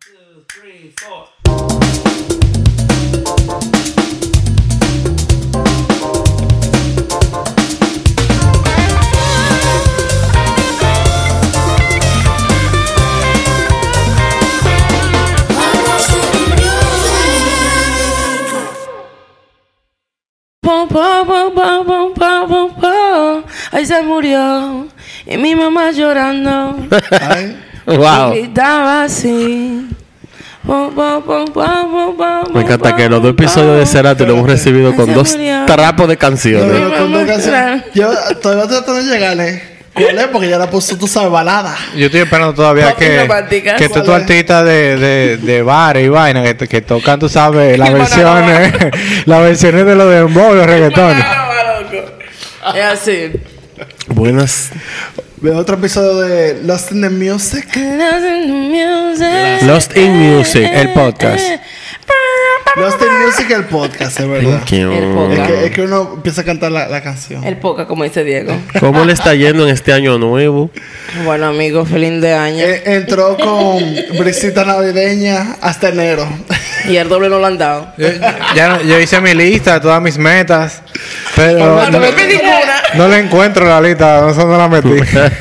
2, 3, 4. Ahí se murió y mi mamá llorando. Ay. Wow. Y gritaba así. Me encanta que los dos episodios de Cerati lo hemos recibido con dos trapos de canciones. No, con dos canciones. Yo todavía estoy tratando de llegarle. ¿Cuál es? Porque ya la puso, tú sabes, balada. Yo estoy esperando todavía Papi románticas. que tú artistas de bares y vaina que tocan, tú sabes, las versiones, las versiones de los dembow, los reggaetones. Es así. Buenas. Veo otro episodio de Lost in the Music. Lost in Music, el podcast. Lost in Music, el podcast, es verdad. Thank you. El podcast. Es que uno empieza a cantar la canción. El poca, como dice Diego. ¿Cómo le está yendo en este año nuevo? Bueno, amigos, feliz de año. Entró con brisita navideña hasta enero. Y el doble no lo han dado. Yo hice mi lista de todas mis metas, pero No me pedí ninguna. no la encuentro la lista, no la metí.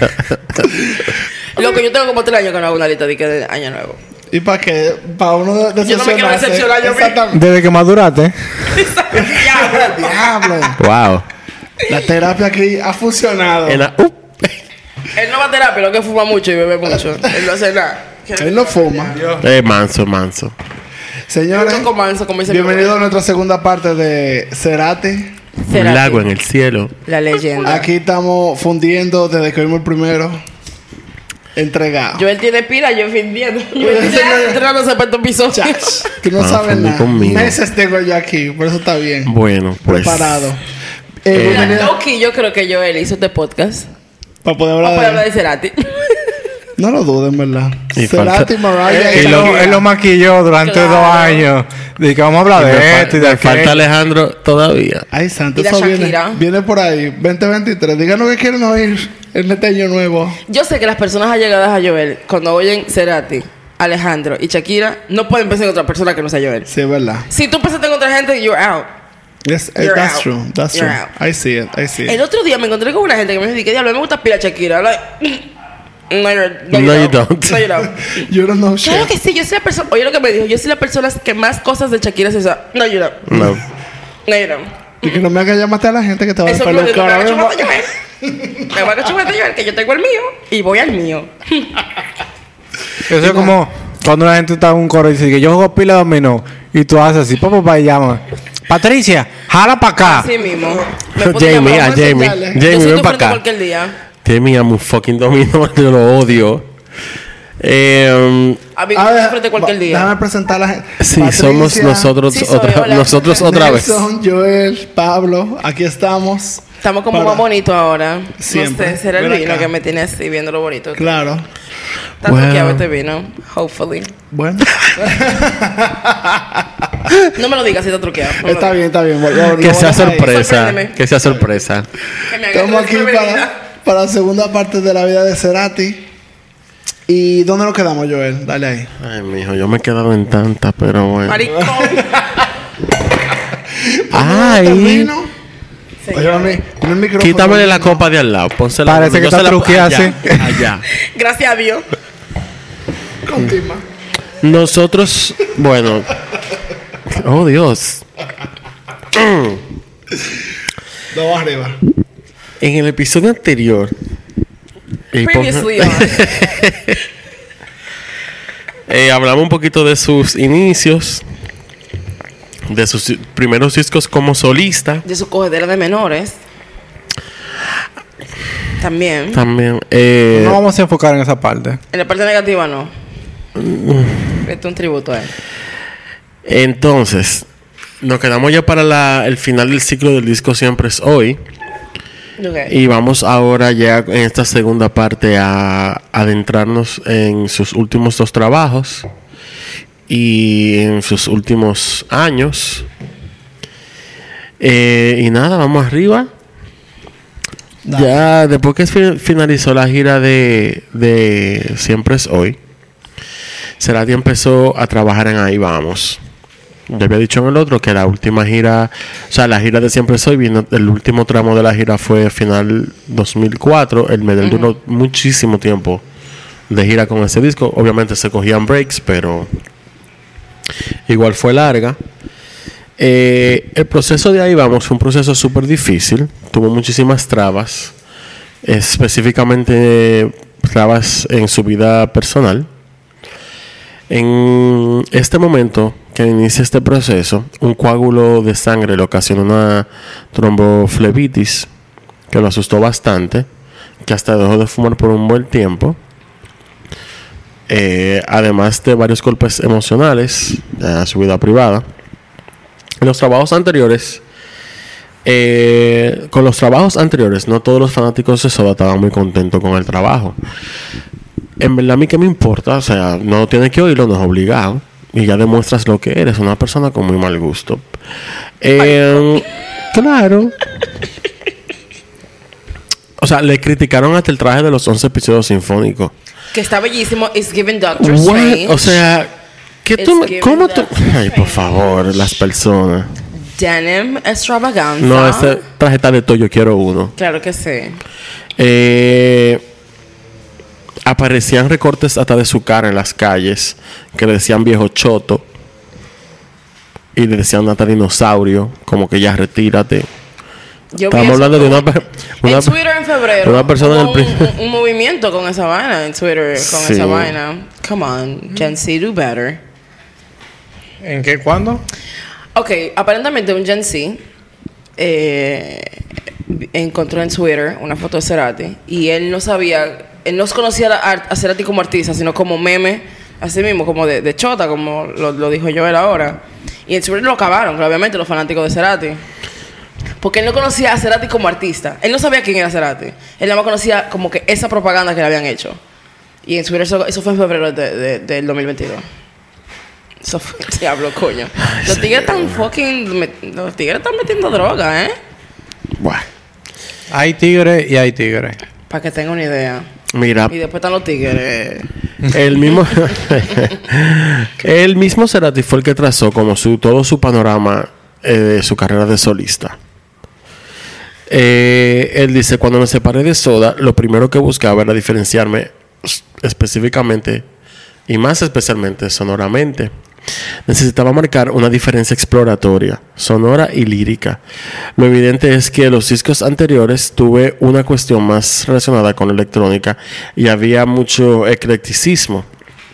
Lo que yo tengo como 3 años que no hago una lista de año nuevo. ¿Y para qué? Para uno Yo no me quiero decepcionarse. decepcionar yo mismo. Exactamente. Desde que maduraste. Diablo. Wow. La terapia aquí ha funcionado. En la- Él no va a terapia, lo que fuma mucho y bebe mucho. Él no hace nada. Él no fuma. manso. Señores, Un poco manso, como dice mi bienvenidos a nuestra segunda parte de Cerati. Un Cerati, lago en el cielo. la leyenda. Aquí estamos fundiendo desde que vimos el primero. Entregado. Joel tiene pila, yo findiendo. Yo entregándose para estos episodios. Chach, tú no Ah, sabes fundí nada. conmigo. Meses tengo yo aquí, por eso está bien. Bueno, pues. Preparado. Mira, Bienvenido Loki, yo creo que Joel hizo este podcast para poder para hablar hablar de de Cerati. No lo duden, ¿verdad? Y Cerati, falta- Mariah Él lo maquilló durante Claro. 2 años. Dije que vamos a hablar Me de esto y de me falta aquello. Alejandro todavía. Ay, santo, Y la eso viene, Shakira. viene por ahí. 2023. Díganos que quieren oír en este año nuevo. Yo sé que las personas allegadas a Joel, cuando oyen Cerati, Alejandro y Shakira, no pueden pensar en otra persona que no sea Joel. Sí, es verdad. Si tú pensaste en otra gente, you're out. Yes, You're that's out. true. That's You're true. out. I see it. I see it. El otro día me encontré con una gente que me dijo, ¿qué diablo? Me gusta pila Shakira. Like, no, No, you don't. No, you don't. You don't know shit. Claro que sí, yo soy la persona. Oye, lo que me dijo, yo soy la persona que más cosas de Shakira se sabe. No, you don't. No. No, you don't. Y que no me hagas llamarte a la gente que te va a Eso dar me peluca ahora mismo. Me va a cachumar de Joel, que yo tengo el mío y voy al mío. Eso es como cuando una gente está en un coro y dice que yo juego pila de dominó y tú haces así, papá, y llama. Patricia, jala para acá. Así mismo. Jamie, vamos a Jamie. enseñarle. Jamie, Yo soy ven tu para frente acá. cualquier día. Jamie, I'm un fucking dominó. Yo lo odio. Amigo, A yo ver, soy frente cualquier día. Déjame presentar a la gente. Sí, Patricia, somos nosotros Sí, soy, otra, hola. nosotros otra vez. Nelson, Joel, Pablo. Aquí estamos. Estamos como Para- más bonitos ahora. Siempre. No sé, será el Ven vino acá. que me tiene así viendo lo bonito. Claro. Está Wow. truqueado este vino. Hopefully. Bueno. No me lo digas si está truqueado. No me lo Está digas. bien, está bien. Que sea sorpresa. Sorpréndeme. Que sea sorpresa. Que me haga Estamos aquí desprevenido. para la segunda parte de la vida de Cerati. ¿Y dónde nos quedamos, Joel? Dale ahí. Ay, mijo, yo me he quedado en tantas, pero bueno. Maricón. Ay. Termino. Sí. Oye, mami, el micrófono. Quítamele la copa de al lado. Pónsela. Parece que yo está se la- truqueada, allá, sí. allá. Gracias a Dios. Continúa. Nosotros, bueno. Oh, Dios. Dos arriba. En el episodio anterior. Previously on. Hablamos un poquito de sus inicios. De sus primeros discos como solista. De su cogedera de menores. También. También. No vamos a enfocar en esa parte. En la parte negativa no. Esto es un tributo a él. Entonces, nos quedamos ya para el final del ciclo del disco Siempre es Hoy. Okay. Y vamos ahora ya en esta segunda parte a adentrarnos en sus últimos 2 trabajos y en sus últimos años. Y nada, vamos arriba. Dale. Ya después que finalizó la gira de Siempre es Hoy, Cerati empezó a trabajar en Ahí Vamos. Ya había dicho en el otro que la última gira, o sea, la gira de Siempre Soy, vino, el último tramo de la gira fue final 2004. El Medel duró muchísimo tiempo de gira con ese disco. Obviamente se cogían breaks, pero igual fue larga. El proceso de Ahí Vamos fue un proceso súper difícil. Tuvo muchísimas trabas, específicamente trabas en su vida personal. En este momento que inicia este proceso, un coágulo de sangre le ocasionó una tromboflebitis que lo asustó bastante, que hasta dejó de fumar por un buen tiempo. Además de varios golpes emocionales a su vida privada. En los trabajos anteriores, no todos los fanáticos de Soda estaban muy contentos con el trabajo. En verdad, a mí que me importa, o sea, no tienes que oírlo, no es obligado. Y ya demuestras lo que eres, una persona con muy mal gusto. Claro. O sea, le criticaron hasta el traje de los 11 episodios sinfónicos. Que está bellísimo. It's giving Doctor Strange. O sea, ¿cómo tú? Ay, por favor, las personas. Denim extravaganza. No, ese traje está de todo, yo quiero uno. Claro que sí. Aparecían recortes hasta de su cara en las calles que le decían viejo choto y le decían hasta dinosaurio, como que ya retírate. Estamos hablando de una en Twitter en febrero una persona hubo un movimiento con esa vaina en Twitter con esa vaina. Come on, Gen Z, do better. ¿En qué? ¿Cuándo? Ok, aparentemente un Gen Z encontró en Twitter una foto de Cerati y él no conocía a Cerati como artista, sino como meme, así mismo, como de chota, como lo dijo Joel ahora. Y en Twitter lo acabaron, obviamente, los fanáticos de Cerati. Porque él no conocía a Cerati como artista. Él no sabía quién era Cerati. Él nada más conocía como que esa propaganda que le habían hecho. Y en Twitter eso fue en febrero del 2022. Eso fue diablo, coño. Los tigres están los tigres están metiendo droga, ¿eh? Bueno. Hay tigres y hay tigres. Para que tenga una idea. Mira. Y después están los tigres. El mismo Cerati fue el que trazó como todo su panorama de su carrera de solista. Él dice: cuando me separé de Soda, lo primero que buscaba era diferenciarme específicamente y más especialmente sonoramente. Necesitaba marcar una diferencia exploratoria, sonora y lírica. Lo evidente es que los discos anteriores tuve una cuestión más relacionada con la electrónica y había mucho eclecticismo.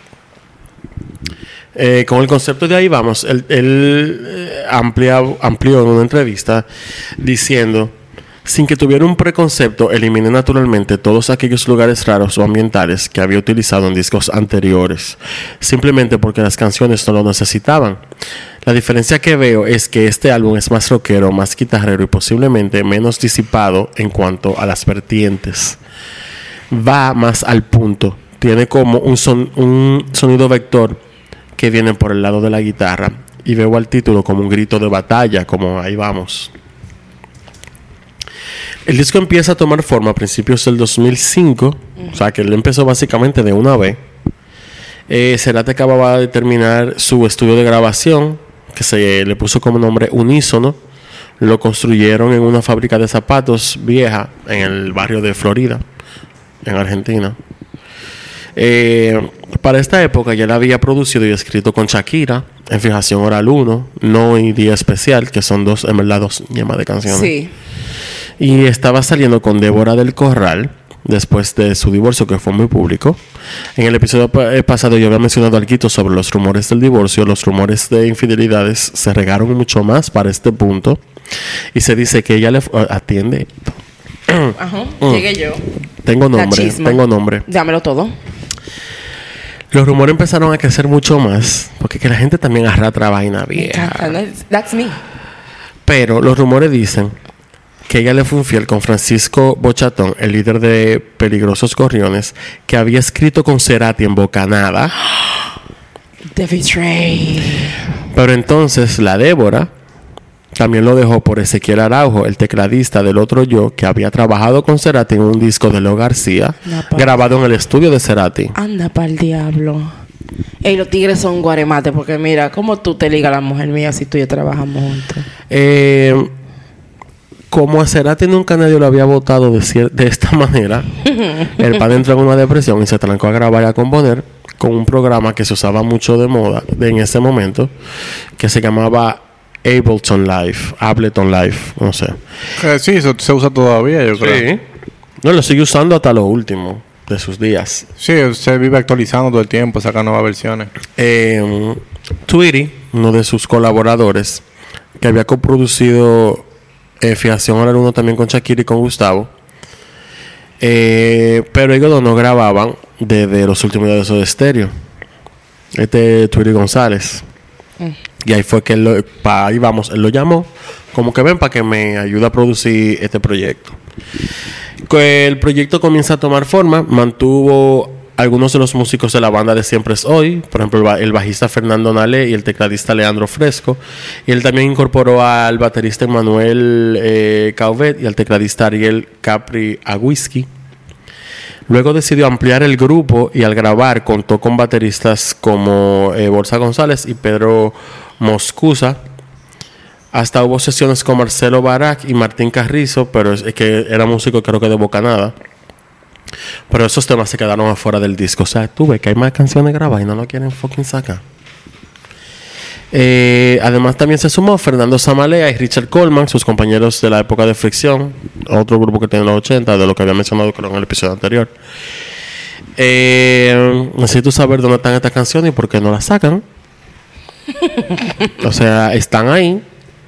Con el concepto de Ahí Vamos, él amplió en una entrevista diciendo: sin que tuviera un preconcepto, eliminé naturalmente todos aquellos lugares raros o ambientales que había utilizado en discos anteriores, simplemente porque las canciones no lo necesitaban. La diferencia que veo es que este álbum es más rockero, más guitarrero y posiblemente menos disipado en cuanto a las vertientes. Va más al punto, tiene como un sonido vector que viene por el lado de la guitarra, y veo al título como un grito de batalla, como Ahí Vamos. El disco empieza a tomar forma a principios del 2005, o sea que él empezó básicamente de una vez. Cerati acababa de terminar su estudio de grabación, que se le puso como nombre Unísono. Lo construyeron en una fábrica de zapatos vieja en el barrio de Florida, en Argentina. Para esta época ya él había producido y escrito con Shakira, En Fijación Oral 1, No y Día Especial, que son dos ñemas de canciones. Sí. Y estaba saliendo con Débora del Corral después de su divorcio, que fue muy público. En el episodio pasado yo había mencionado algo sobre los rumores del divorcio. Los rumores de infidelidades se regaron mucho más para este punto. Y se dice que ella le atiende. Ajá. Llegué yo. Tengo nombre. Dámelo todo. Los rumores empezaron a crecer mucho más, porque que la gente también arrastra vaina vieja. That's me. Pero los rumores dicen que ella le fue infiel con Francisco Bochatón, el líder de Peligrosos Gorriones, que había escrito con Cerati en Bocanada. The Betray. Pero entonces la Débora también lo dejó por Ezequiel Araujo, el tecladista del Otro Yo, que había trabajado con Cerati en un disco de Leo García, grabado en el estudio de Cerati. Anda pa'l diablo. Ey, los tigres son guaremates, porque mira, ¿cómo tú te ligas a la mujer mía si tú y yo trabajamos juntos? Como a Cerati nunca nadie lo había votado de esta manera, el padre entró en una depresión y se trancó a grabar y a componer con un programa que se usaba mucho de moda en ese momento, que se llamaba Ableton Live, no sé. Sí, eso se usa todavía, yo creo. Sí. No, lo sigue usando hasta lo último de sus días. Sí, se vive actualizando todo el tiempo, saca nuevas versiones. Tweety, uno de sus colaboradores, que había coproducido Fijación a la Luna también con Shakira y con Gustavo, pero ellos dos no grababan desde los últimos días de Soda Stereo. Tweety González. Y ahí fue que él lo llamó como que ven para que me ayude a producir este proyecto. El proyecto comienza a tomar forma. Mantuvo algunos de los músicos de la banda de Siempre es Hoy, por ejemplo el bajista Fernando Nale y el tecladista Leandro Fresco, y él también incorporó al baterista Emmanuel Cauvet y al tecladista Ariel Capri Aguisky. Luego decidió ampliar el grupo y al grabar contó con bateristas como Borja González y Pedro Moscusa. Hasta hubo sesiones con Marcelo Barak y Martín Carrizo, pero es que era músico creo que de Bocanada. Pero esos temas se quedaron afuera del disco. O sea, tú ves que hay más canciones grabadas y no lo quieren fucking sacar. Además también se sumó Fernando Samalea y Richard Coleman, sus compañeros de la época de Fricción, otro grupo que tiene los 80, de lo que había mencionado creo en el episodio anterior. Necesito saber dónde están estas canciones y por qué no las sacan. O sea, están ahí.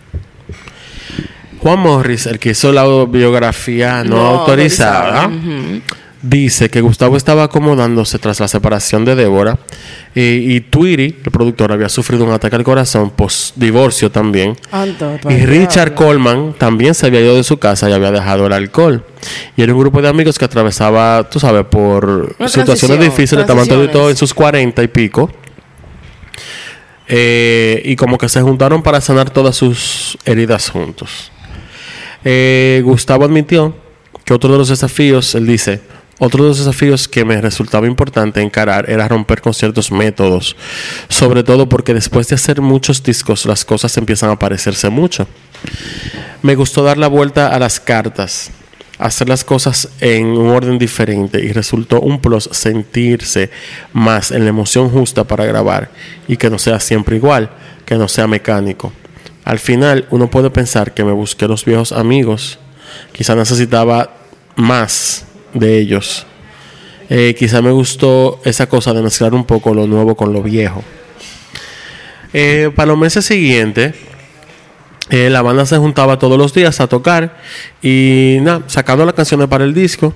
Juan Morris, el que hizo la biografía no autorizada, dice que Gustavo estaba acomodándose tras la separación de Débora y Tweety, el productor, había sufrido un ataque al corazón post-divorcio también. Y Richard Coleman también se había ido de su casa y había dejado el alcohol. Y era un grupo de amigos que atravesaba, tú sabes, por situaciones difíciles, estaban todos en sus 40 y pico. Y como que se juntaron para sanar todas sus heridas juntos. Gustavo admitió que otro de los desafíos, él dice, otro de los desafíos que me resultaba importante encarar era romper con ciertos métodos, sobre todo porque después de hacer muchos discos las cosas empiezan a parecerse mucho. Me gustó dar la vuelta a las cartas, hacer las cosas en un orden diferente, y resultó un plus sentirse más en la emoción justa para grabar y que no sea siempre igual, que no sea mecánico. Al final uno puede pensar que me busqué los viejos amigos, quizá necesitaba más de ellos. Quizá me gustó esa cosa de mezclar un poco lo nuevo con lo viejo. Para los meses siguientes la banda se juntaba todos los días a tocar y sacando las canciones para el disco.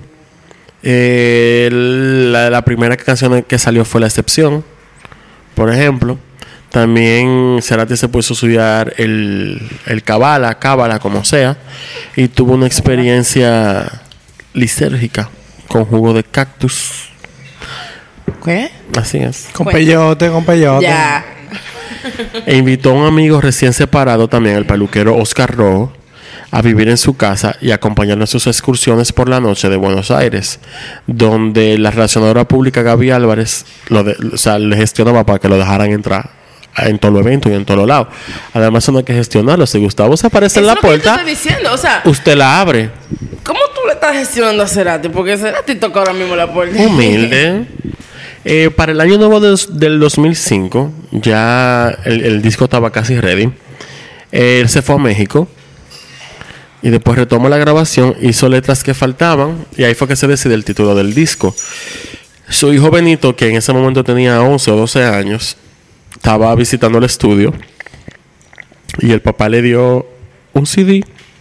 La primera canción que salió fue La Excepción, por ejemplo. También Cerati se puso a estudiar el cábala como sea, y tuvo una experiencia lisérgica con jugo de cactus. ¿Qué? Así es. Con peyote. Ya. E invitó a un amigo recién separado también, el peluquero Oscar Rojo, a vivir en su casa y acompañarlo en sus excursiones por la noche de Buenos Aires, donde la relacionadora pública Gaby Álvarez le gestionaba para que lo dejaran entrar en todos los eventos y en todos los lados. Además, no hay que gestionarlo. Si Gustavo se aparece en la puerta, estoy diciendo. O sea, usted la abre. ¿Cómo tú le estás gestionando a Cerati? Porque Cerati toca ahora mismo la puerta. Humilde. Para el año nuevo del 2005, ya el disco estaba casi ready. Él se fue a México y después retomó la grabación, hizo letras que faltaban y ahí fue que se decide el título del disco. Su hijo Benito, que en ese momento tenía 11 o 12 años, estaba visitando el estudio y el papá le dio un CD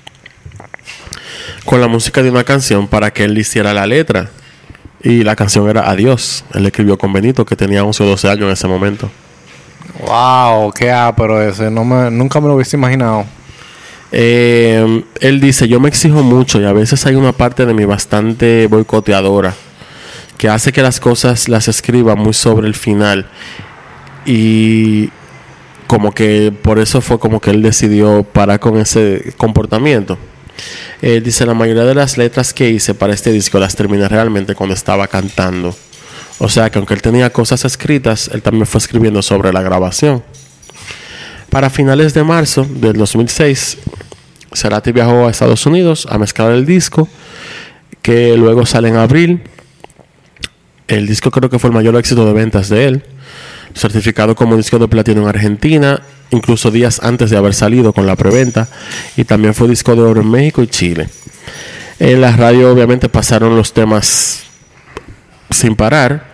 con la música de una canción para que él hiciera la letra. Y la canción era Adiós. Él escribió con Benito, que tenía 11 o 12 años en ese momento. Wow, qué ápero ese. Nunca me lo hubiese imaginado. Él dice, yo me exijo mucho y a veces hay una parte de mí bastante boicoteadora que hace que las cosas las escriba muy sobre el final. Y como que por eso fue como que él decidió parar con ese comportamiento. Dice, la mayoría de las letras que hice para este disco las terminé realmente cuando estaba cantando O sea que aunque él tenía cosas escritas, él también fue escribiendo sobre la grabación. Para finales de marzo del 2006, Cerati viajó a Estados Unidos a mezclar el disco, que luego sale en abril. El disco creo que fue el mayor éxito de ventas de él, certificado como disco de platino en Argentina, incluso días antes de haber salido con la preventa, y también fue disco de oro en México y Chile. En la radio obviamente pasaron los temas sin parar,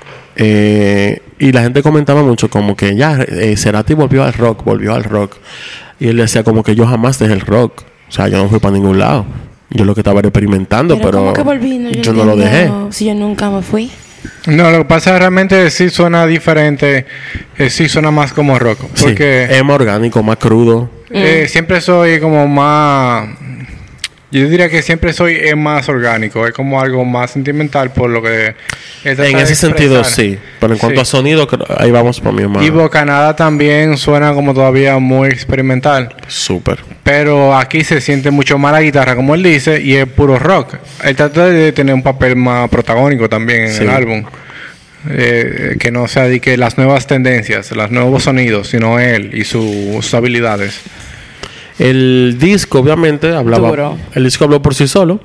y la gente comentaba mucho como que ya Cerati volvió al rock, y él decía como que yo jamás dejé el rock, o sea, yo no fui para ningún lado, yo lo que estaba era experimentando, pero ¿cómo que volví? No, yo no lo dejé. Si yo nunca me fui. No, lo que pasa es que realmente sí suena diferente, sí suena más como rock. Porque sí, es más orgánico, más crudo. Siempre soy como más... Yo diría que siempre soy más orgánico, es como algo más sentimental por lo que... En ese sentido sí, pero en cuanto a sonido, ahí vamos por mi hermano. Y Bocanada también suena como todavía muy experimental. Súper. Pero aquí se siente mucho más la guitarra, como él dice, y es puro rock. Él trata de tener un papel más protagónico también en el álbum. Que no sea de que las nuevas tendencias, los nuevos sonidos, sino él y sus habilidades. El disco, obviamente, hablaba. Duro. El disco habló por sí solo.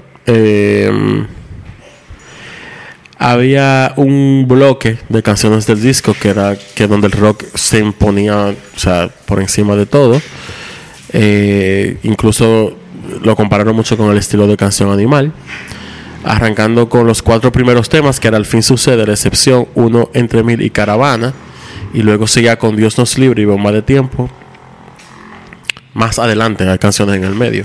Había un bloque de canciones del disco que era donde el rock se imponía, o sea, por encima de todo. Incluso lo compararon mucho con el estilo de Canción Animal, arrancando con los 4 primeros temas, que era Al fin sucede, La excepción, Uno entre mil y Caravana, y luego seguía con Dios nos libre y Bomba de tiempo. Más adelante hay canciones en el medio,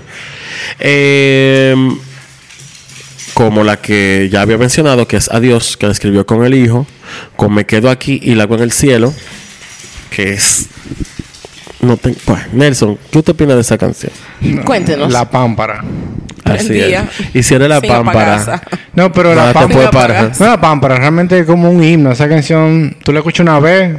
como la que ya había mencionado, que es Adiós, que la escribió con el hijo, con Me quedo aquí y La hago en el cielo, que es... Pues, Nelson, ¿qué usted opina de esa canción? Cuéntenos. La Pámpara. Así es. Y si eres la Pámpara. No, pero la Pámpara. No, la Pámpara realmente es como un himno. Esa canción, tú la escuchas una vez,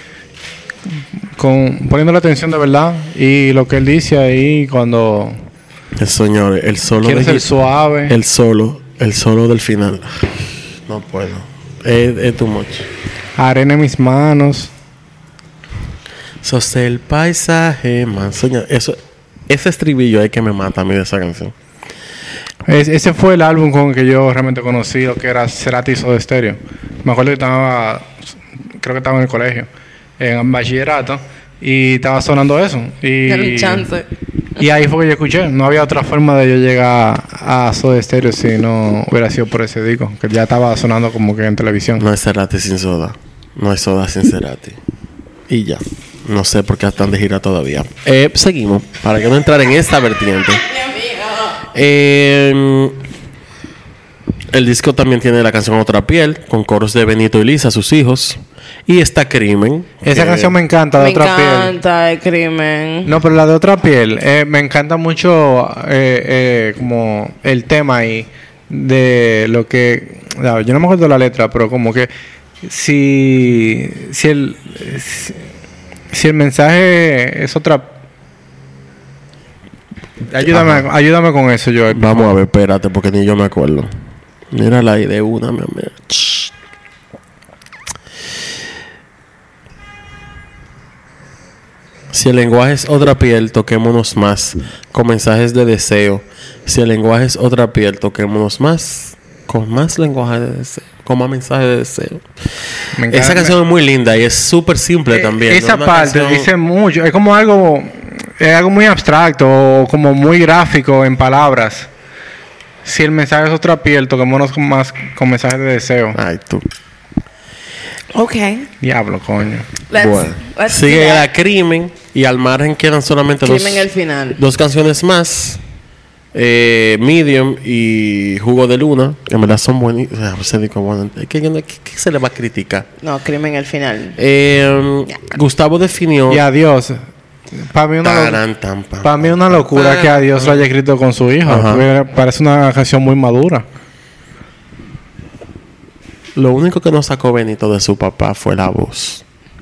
poniendo la atención de verdad. Y lo que él dice ahí cuando... Señor, el solo... Quieres ser suave. El solo del final. No puedo. Es too much. Arena en mis manos. Sos el paisaje más soñado. Ese estribillo es que me mata a mí de esa canción. Ese fue el álbum con el que yo realmente conocí lo que era Cerati y Soda Stereo. Me acuerdo que creo que estaba en el colegio, en bachillerato, y estaba sonando eso. Y ahí fue que yo escuché. No había otra forma de yo llegar a Soda Stereo si no hubiera sido por ese disco, que ya estaba sonando como que en televisión. No hay Cerati sin Soda. No hay Soda sin Cerati. Y ya. No sé por qué están de gira todavía. Seguimos. Para que no entrar en esta vertiente. El disco también tiene la canción Otra piel, con coros de Benito y Lisa, sus hijos. Y está Crimen. Esa canción me encanta, de Otra piel. Me encanta el Crimen. No, pero la de Otra piel. Me encanta mucho como el tema ahí. De lo que... No, yo no me acuerdo de la letra, pero como que... Si el mensaje es otra... Ayúdame con eso, Joel. Vamos a ver, espérate, porque ni yo me acuerdo. Mírala ahí de una, mi amor. Si el lenguaje es otra piel, toquémonos más. Con mensajes de deseo. Si el lenguaje es otra piel, toquémonos más. Con más lenguaje de deseo. Con más mensajes de deseo. Esa canción es muy linda y es súper simple también. Esa parte dice mucho. Es como algo muy abstracto o como muy gráfico en palabras. Si el mensaje es otra piel, toquémonos con mensajes de deseo. Ay, tú. Ok. Diablo, coño. Bueno. Sigue la Crimen y al margen quedan solamente Crimen el final. 2 canciones más. Medium y Jugo de Luna, que en verdad son buenísimos. ¿Qué se le va a criticar? No, Crimen el final. Gustavo definió. Y Adiós. Para mí una locura que Adiós lo haya escrito con su hijo. Parece una canción muy madura. Lo único que no sacó Benito de su papá fue la voz.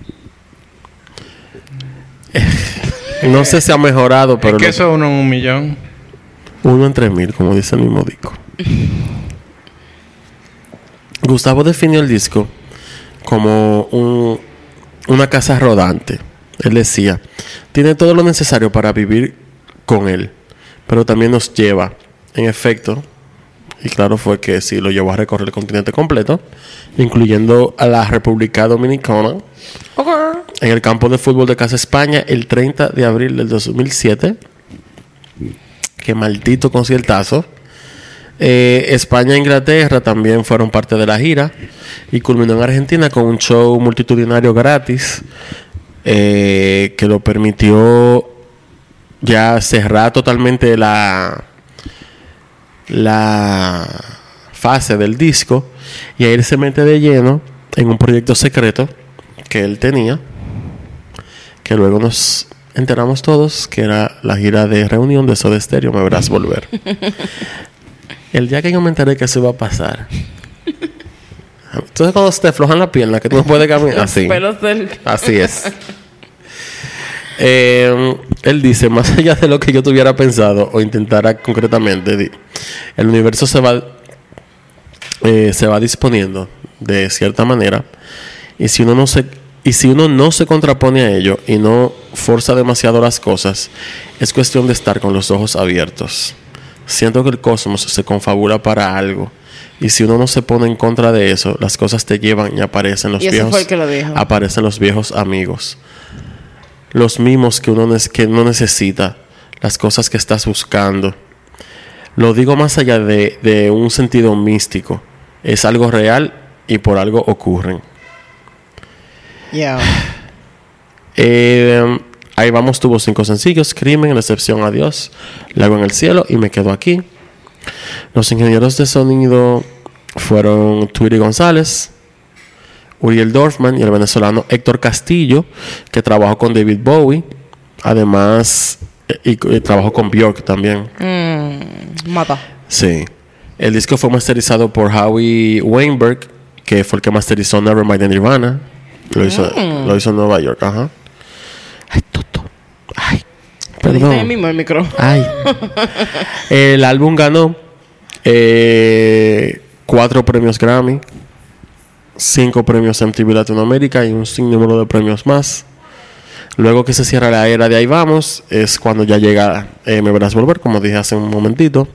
No sé si ha mejorado, pero... Es que eso es 1 en 1 millón. 1 entre 1000, como dice el mismo disco. Gustavo definió el disco como una casa rodante. Él decía, tiene todo lo necesario para vivir con él, pero también nos lleva, en efecto, y claro fue que sí, lo llevó a recorrer el continente completo, incluyendo a la República Dominicana, en el campo de fútbol de Casa España, el 30 de abril del 2007. Qué maldito conciertazo. España e Inglaterra también fueron parte de la gira y culminó en Argentina con un show multitudinario gratis que lo permitió ya cerrar totalmente la fase del disco y ahí se mete de lleno en un proyecto secreto que él tenía, que luego nos enteramos todos que era la gira de reunión de Soda Stereo, Me Verás Volver. El día que yo me enteré que eso iba a pasar. Entonces cuando te aflojan la pierna, que tú no puedes caminar así. Así es. Él dice, más allá de lo que yo tuviera pensado o intentara concretamente, el universo se va disponiendo de cierta manera y si uno no se contrapone a ello y no forza demasiado las cosas, es cuestión de estar con los ojos abiertos. Siento que el cosmos se confabula para algo y si uno no se pone en contra de eso, las cosas te llevan y aparecen los viejos amigos, los mimos que uno necesita, las cosas que estás buscando. Lo digo más allá de un sentido místico, es algo real y por algo ocurren. Yeah. Ahí vamos, tuvo 5 sencillos: Crimen, Recepción a Dios, Lago en el Cielo y Me Quedo Aquí. Los ingenieros de sonido fueron Tweety González, Uriel Dorfman y el venezolano Héctor Castillo, que trabajó con David Bowie, además y trabajó con Björk también. Mata. Sí. El disco fue masterizado por Howie Weinberg, que fue el que masterizó Nevermind de Nirvana. Lo hizo en Nueva York, ajá. Ay, Toto. Ay, perdón. Ahí mismo el micro. Ay. El álbum ganó 4 premios Grammy, 5 premios MTV Latinoamérica y un sinnúmero de premios más. Luego que se cierra la era de Ahí Vamos, es cuando ya llega Me Verás Volver, como dije hace un momentito.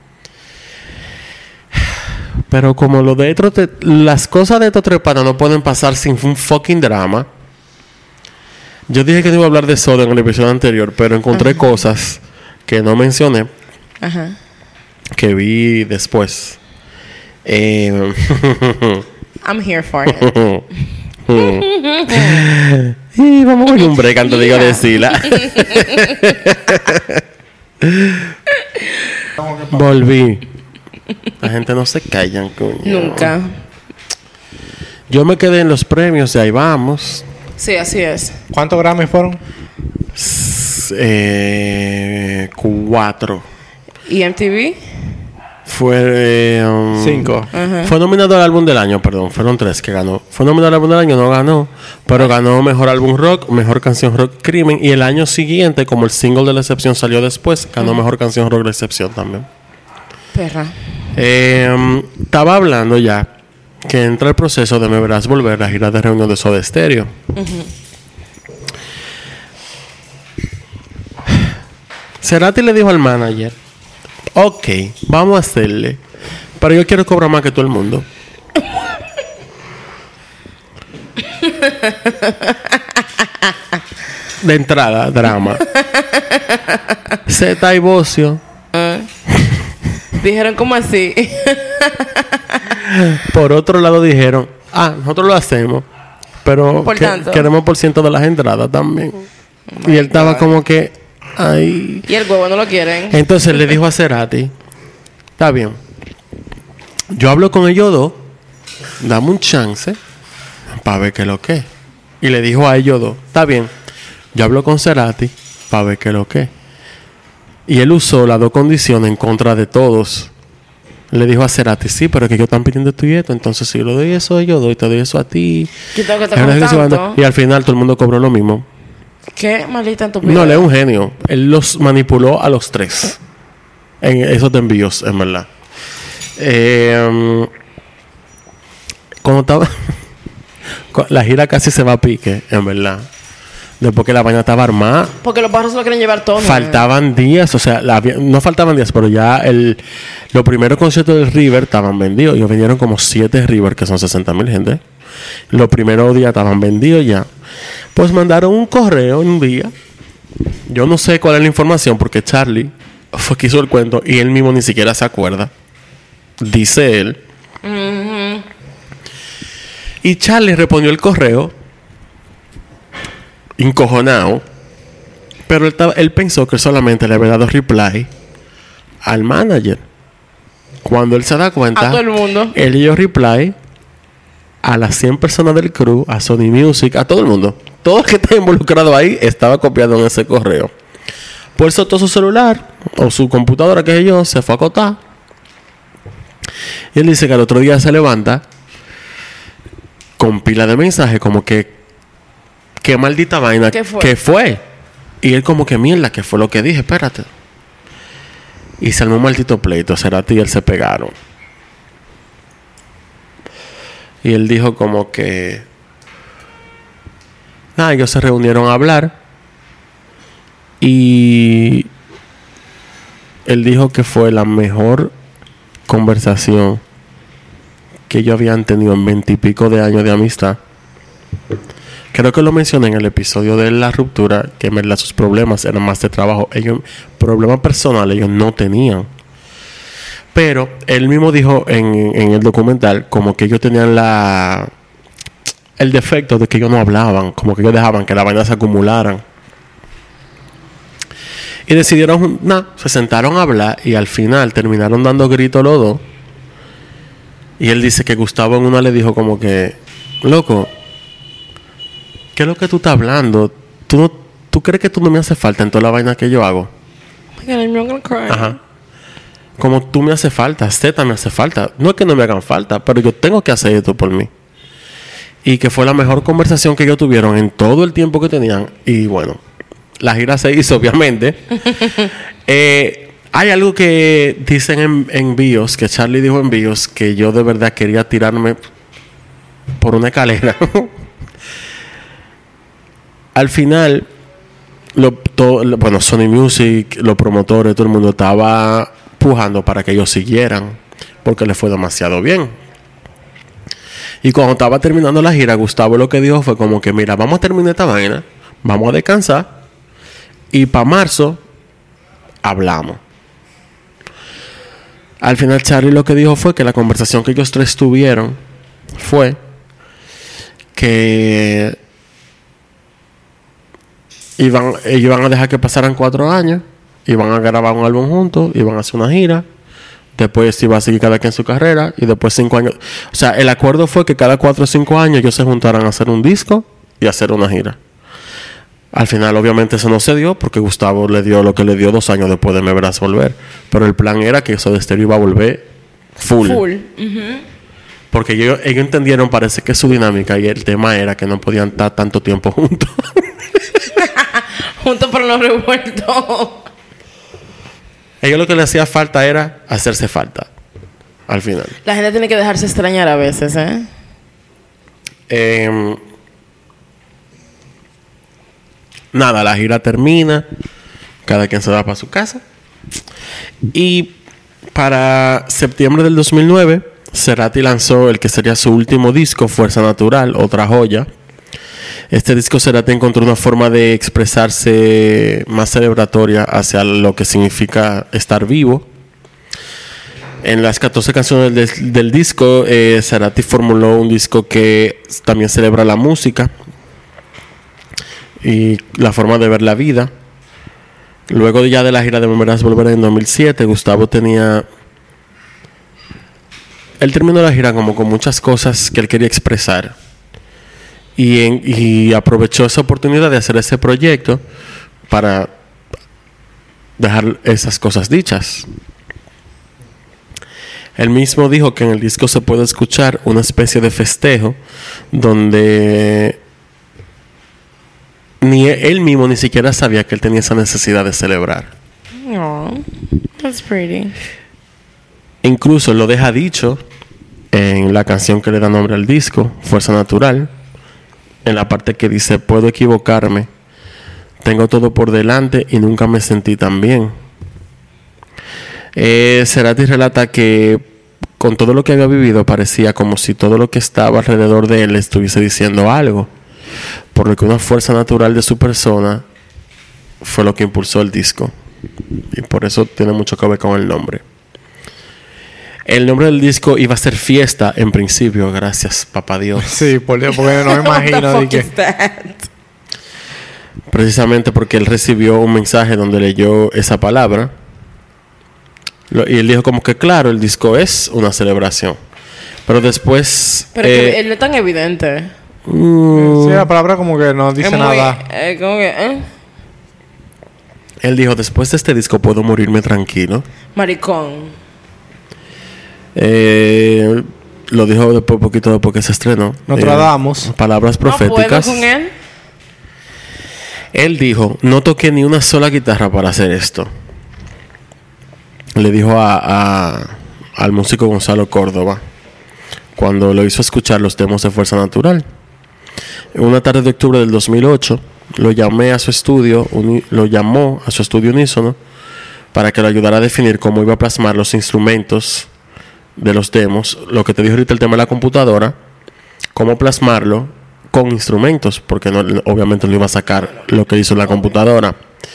Pero como lo de las cosas de estos tres panas no pueden pasar sin un fucking drama. Yo dije que no iba a hablar de Soda en el episodio anterior, pero encontré cosas que no mencioné, que vi después. I'm here for it. Y vamos con un break antes de yo decirla. Volví. La gente no se callan, coño. Nunca. Yo me quedé en los premios de Ahí Vamos. Sí, así es. ¿Cuántos Grammys fueron? 4. ¿Y MTV? Fue 5. Fue nominado al álbum del año, perdón. Fueron 3 que ganó. Fue nominado al álbum del año, no ganó. Pero ganó mejor álbum rock, mejor canción rock, Crimen. Y el año siguiente, como el single de La Excepción salió después, ganó mejor canción rock, La Excepción también. Perra. Estaba hablando ya que entra el proceso de Me Verás Volver, la gira de reunión de Soda Stereo. Cerati le dijo al manager: ok, vamos a hacerle, pero yo quiero cobrar más que todo el mundo. De entrada, drama. Zeta y Bocio Dijeron, ¿cómo así? por otro lado dijeron: nosotros lo hacemos, pero queremos % de las entradas también. Y él estaba como que ay. Y el huevo no lo quieren. Entonces le dijo a Cerati: está bien, yo hablo con ellos dos, dame un chance para ver qué es lo que es. Y le dijo a ellos dos: está bien, yo hablo con Cerati para ver qué es lo que es. Y él usó las 2 condiciones en contra de todos. Le dijo a Cerati: sí, pero es que ellos están pidiendo esto y esto. Entonces, si yo le doy eso a ellos dos y te doy eso a ti. Yo tengo que estar con tanto. Y al final todo el mundo cobró lo mismo. Qué maldita estupidez. No, él es un genio. Él los manipuló a los 3 en esos envíos, en verdad. Cuando La gira casi se va a pique, en verdad. Después que la vaina estaba armada. Porque los pájaros se lo quieren llevar todo. Faltaban días, o sea, no faltaban días, pero ya los primeros conciertos del River estaban vendidos. Ellos vendieron como 7 River, que son 60,000 gente. Los primeros días estaban vendidos ya. Pues mandaron un correo un día. Yo no sé cuál es la información, porque Charlie fue que hizo el cuento y él mismo ni siquiera se acuerda. Dice él. Uh-huh. Y Charlie respondió el correo encojonado, pero él pensó que solamente le había dado reply al manager. Cuando él se da cuenta, a todo el mundo, él dio reply a las 100 personas del crew, a Sony Music, a todo el mundo. Todo el que está involucrado ahí estaba copiado en ese correo. Por eso todo su celular o su computadora, que sé yo, se fue a acotar. Y él dice que al otro día se levanta con pila de mensajes como que qué maldita vaina. ¿Qué fue? ¿Qué fue? Y él como que mierda, ¿qué fue lo que dije? Espérate. Y se armó un maldito pleito. Cerati y él se pegaron. Y él dijo como que ellos se reunieron a hablar. Y él dijo que fue la mejor conversación que ellos habían tenido en 20 y pico de años de amistad. Creo que lo mencioné en el episodio de la ruptura, que en verdad sus problemas eran más de trabajo. Problemas personales ellos no tenían. Pero él mismo dijo en el documental como que ellos tenían el defecto de que ellos no hablaban, como que ellos dejaban que la vaina se acumularan. Y decidieron, se sentaron a hablar y al final terminaron dando gritos los dos. Y él dice que Gustavo en una le dijo como que, loco, ¿qué es lo que tú estás hablando? ¿Tú crees que tú no me hace falta en toda la vaina que yo hago? I'm gonna cry. Ajá. Como tú me hace falta, Z me hace falta. No es que no me hagan falta, pero yo tengo que hacer esto por mí. Y que fue la mejor conversación que ellos tuvieron en todo el tiempo que tenían. Y bueno, la gira se hizo, obviamente. Hay algo que dicen en bios, que Charlie dijo en bios, que yo de verdad quería tirarme por una escalera. Al final, Sony Music, los promotores, todo el mundo estaba pujando para que ellos siguieran, porque les fue demasiado bien. Y cuando estaba terminando la gira, Gustavo lo que dijo fue como que, mira, vamos a terminar esta vaina, vamos a descansar, y para marzo hablamos. Al final Charlie lo que dijo fue que la conversación que ellos tres tuvieron fue que ellos iban a dejar que pasaran 4 años, iban a grabar un álbum juntos, iban a hacer una gira, después iba a seguir cada quien su carrera, y después 5 años. O sea, el acuerdo fue que cada 4 o 5 años ellos se juntaran a hacer un disco y hacer una gira. Al final obviamente eso no se dio, porque Gustavo le dio lo que le dio 2 años después de Me Verás Volver. Pero el plan era que Soda Stereo iba a volver full. Uh-huh. Porque ellos entendieron, parece que su dinámica y el tema era que no podían estar tanto tiempo juntos. Juntos pero no revueltos. Ellos lo que les hacía falta era hacerse falta. Al final. La gente tiene que dejarse extrañar a veces, Nada, la gira termina. Cada quien se va para su casa. Y para septiembre del 2009, Cerati lanzó el que sería su último disco, Fuerza Natural, otra joya. Este disco Cerati encontró una forma de expresarse más celebratoria hacia lo que significa estar vivo. En las 14 canciones del disco, Cerati formuló un disco que también celebra la música y la forma de ver la vida. Luego ya de la gira de Me Verás Volver en 2007, Gustavo él terminó la gira como con muchas cosas que él quería expresar. Y aprovechó esa oportunidad de hacer ese proyecto para dejar esas cosas dichas. Él mismo dijo que en el disco se puede escuchar una especie de festejo donde ni él mismo ni siquiera sabía que él tenía esa necesidad de celebrar. Oh, that's pretty. Incluso lo deja dicho en la canción que le da nombre al disco, Fuerza Natural, en la parte que dice: puedo equivocarme, tengo todo por delante y nunca me sentí tan bien. Cerati relata que con todo lo que había vivido parecía como si todo lo que estaba alrededor de él le estuviese diciendo algo, por lo que una fuerza natural de su persona fue lo que impulsó el disco, y por eso tiene mucho que ver con el nombre. El nombre del disco iba a ser Fiesta en principio, gracias papá Dios. Sí, por Dios, porque no me imagino de que... Precisamente porque él recibió un mensaje donde leyó esa palabra. Y él dijo como que claro, el disco es una celebración. Pero después... Pero que él no es tan evidente. Sí, la palabra como que no dice nada. Como que, Él dijo: después de este disco puedo morirme tranquilo. maricón. Lo dijo después, poquito después que se estrenó. Nos tratamos. Palabras proféticas. ¿No puedo con él? Él dijo: no toqué ni una sola guitarra para hacer esto. Le dijo al músico Gonzalo Córdoba cuando lo hizo escuchar los demos de Fuerza Natural. En una tarde de octubre del 2008 lo llamó a su estudio unísono para que lo ayudara a definir cómo iba a plasmar los instrumentos de los demos. Lo que te dijo ahorita, el tema de la computadora, cómo plasmarlo con instrumentos, porque obviamente no iba a sacar lo que hizo la computadora.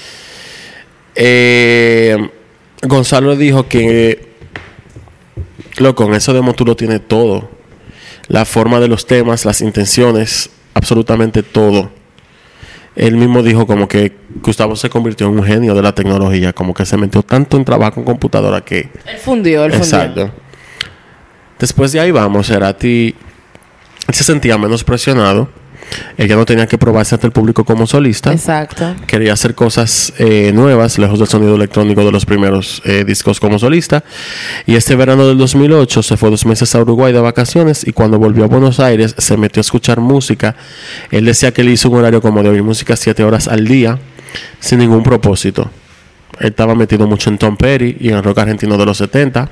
Gonzalo dijo que con eso demo tú lo tienes todo, la forma de los temas, las intenciones, absolutamente todo. Él mismo dijo como que Gustavo se convirtió en un genio de la tecnología, como que se metió tanto en trabajo con computadora que... Él fundió. Exacto. Después de Ahí Vamos, Cerati se sentía menos presionado. Él ya no tenía que probarse ante el público como solista. Exacto. Quería hacer cosas nuevas, lejos del sonido electrónico de los primeros discos como solista. Y este verano del 2008 se fue 2 meses a Uruguay de vacaciones, y cuando volvió a Buenos Aires se metió a escuchar música. Él decía que él hizo un horario como de oír música 7 horas al día, sin ningún propósito. Él estaba metido mucho en Tom Petty y en el rock argentino de los 70.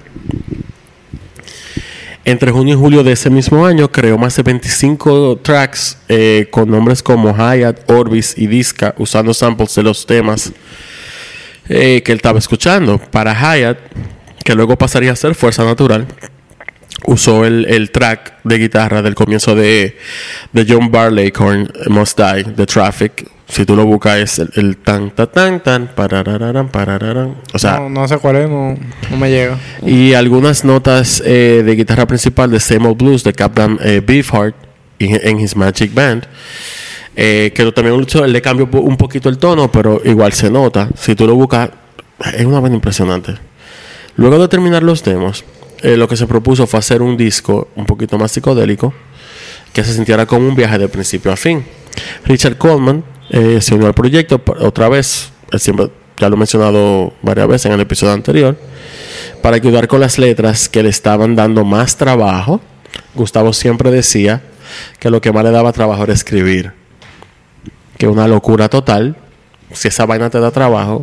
Entre junio y julio de ese mismo año creó más de 25 tracks con nombres como Hyatt, Orbis y Disca, usando samples de los temas que él estaba escuchando. Para Hyatt, que luego pasaría a ser Fuerza Natural, usó el track de guitarra del comienzo de John Barleycorn, Must Die, de Traffic. Si tú lo buscas es el tan ta tan tan parararán parararán. O sea, no sé cuál es, no me llega. Y algunas notas de guitarra principal de Same Old Blues de Captain Beefheart en His Magic Band, que también le cambió un poquito el tono, pero igual se nota. Si tú lo buscas, es una banda impresionante. Luego de terminar los demos, lo que se propuso fue hacer un disco un poquito más psicodélico, que se sintiera como un viaje de principio a fin. Richard Coleman se unió al proyecto otra vez. Él siempre, ya lo he mencionado varias veces en el episodio anterior, para ayudar con las letras que le estaban dando más trabajo. Gustavo siempre decía que lo que más le daba trabajo era escribir, que una locura total si esa vaina te da trabajo.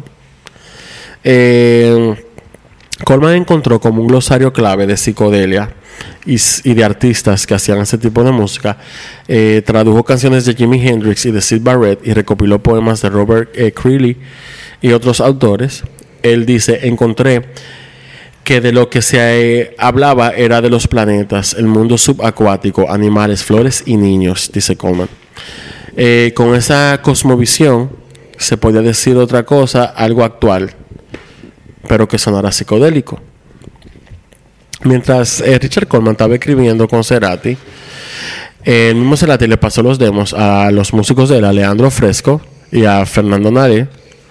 Coleman encontró como un glosario clave de psicodelia y de artistas que hacían ese tipo de música. Tradujo canciones de Jimi Hendrix y de Syd Barrett y recopiló poemas de Robert Creeley y otros autores. Él dice: encontré que de lo que se hablaba era de los planetas, el mundo subacuático, animales, flores y niños, dice Coleman. Con esa cosmovisión se podía decir otra cosa, algo actual, pero que sonara psicodélico. Mientras Richard Coleman estaba escribiendo con Cerati, el mismo Cerati le pasó los demos a los músicos de él, a Leandro Fresco y a Fernando Nare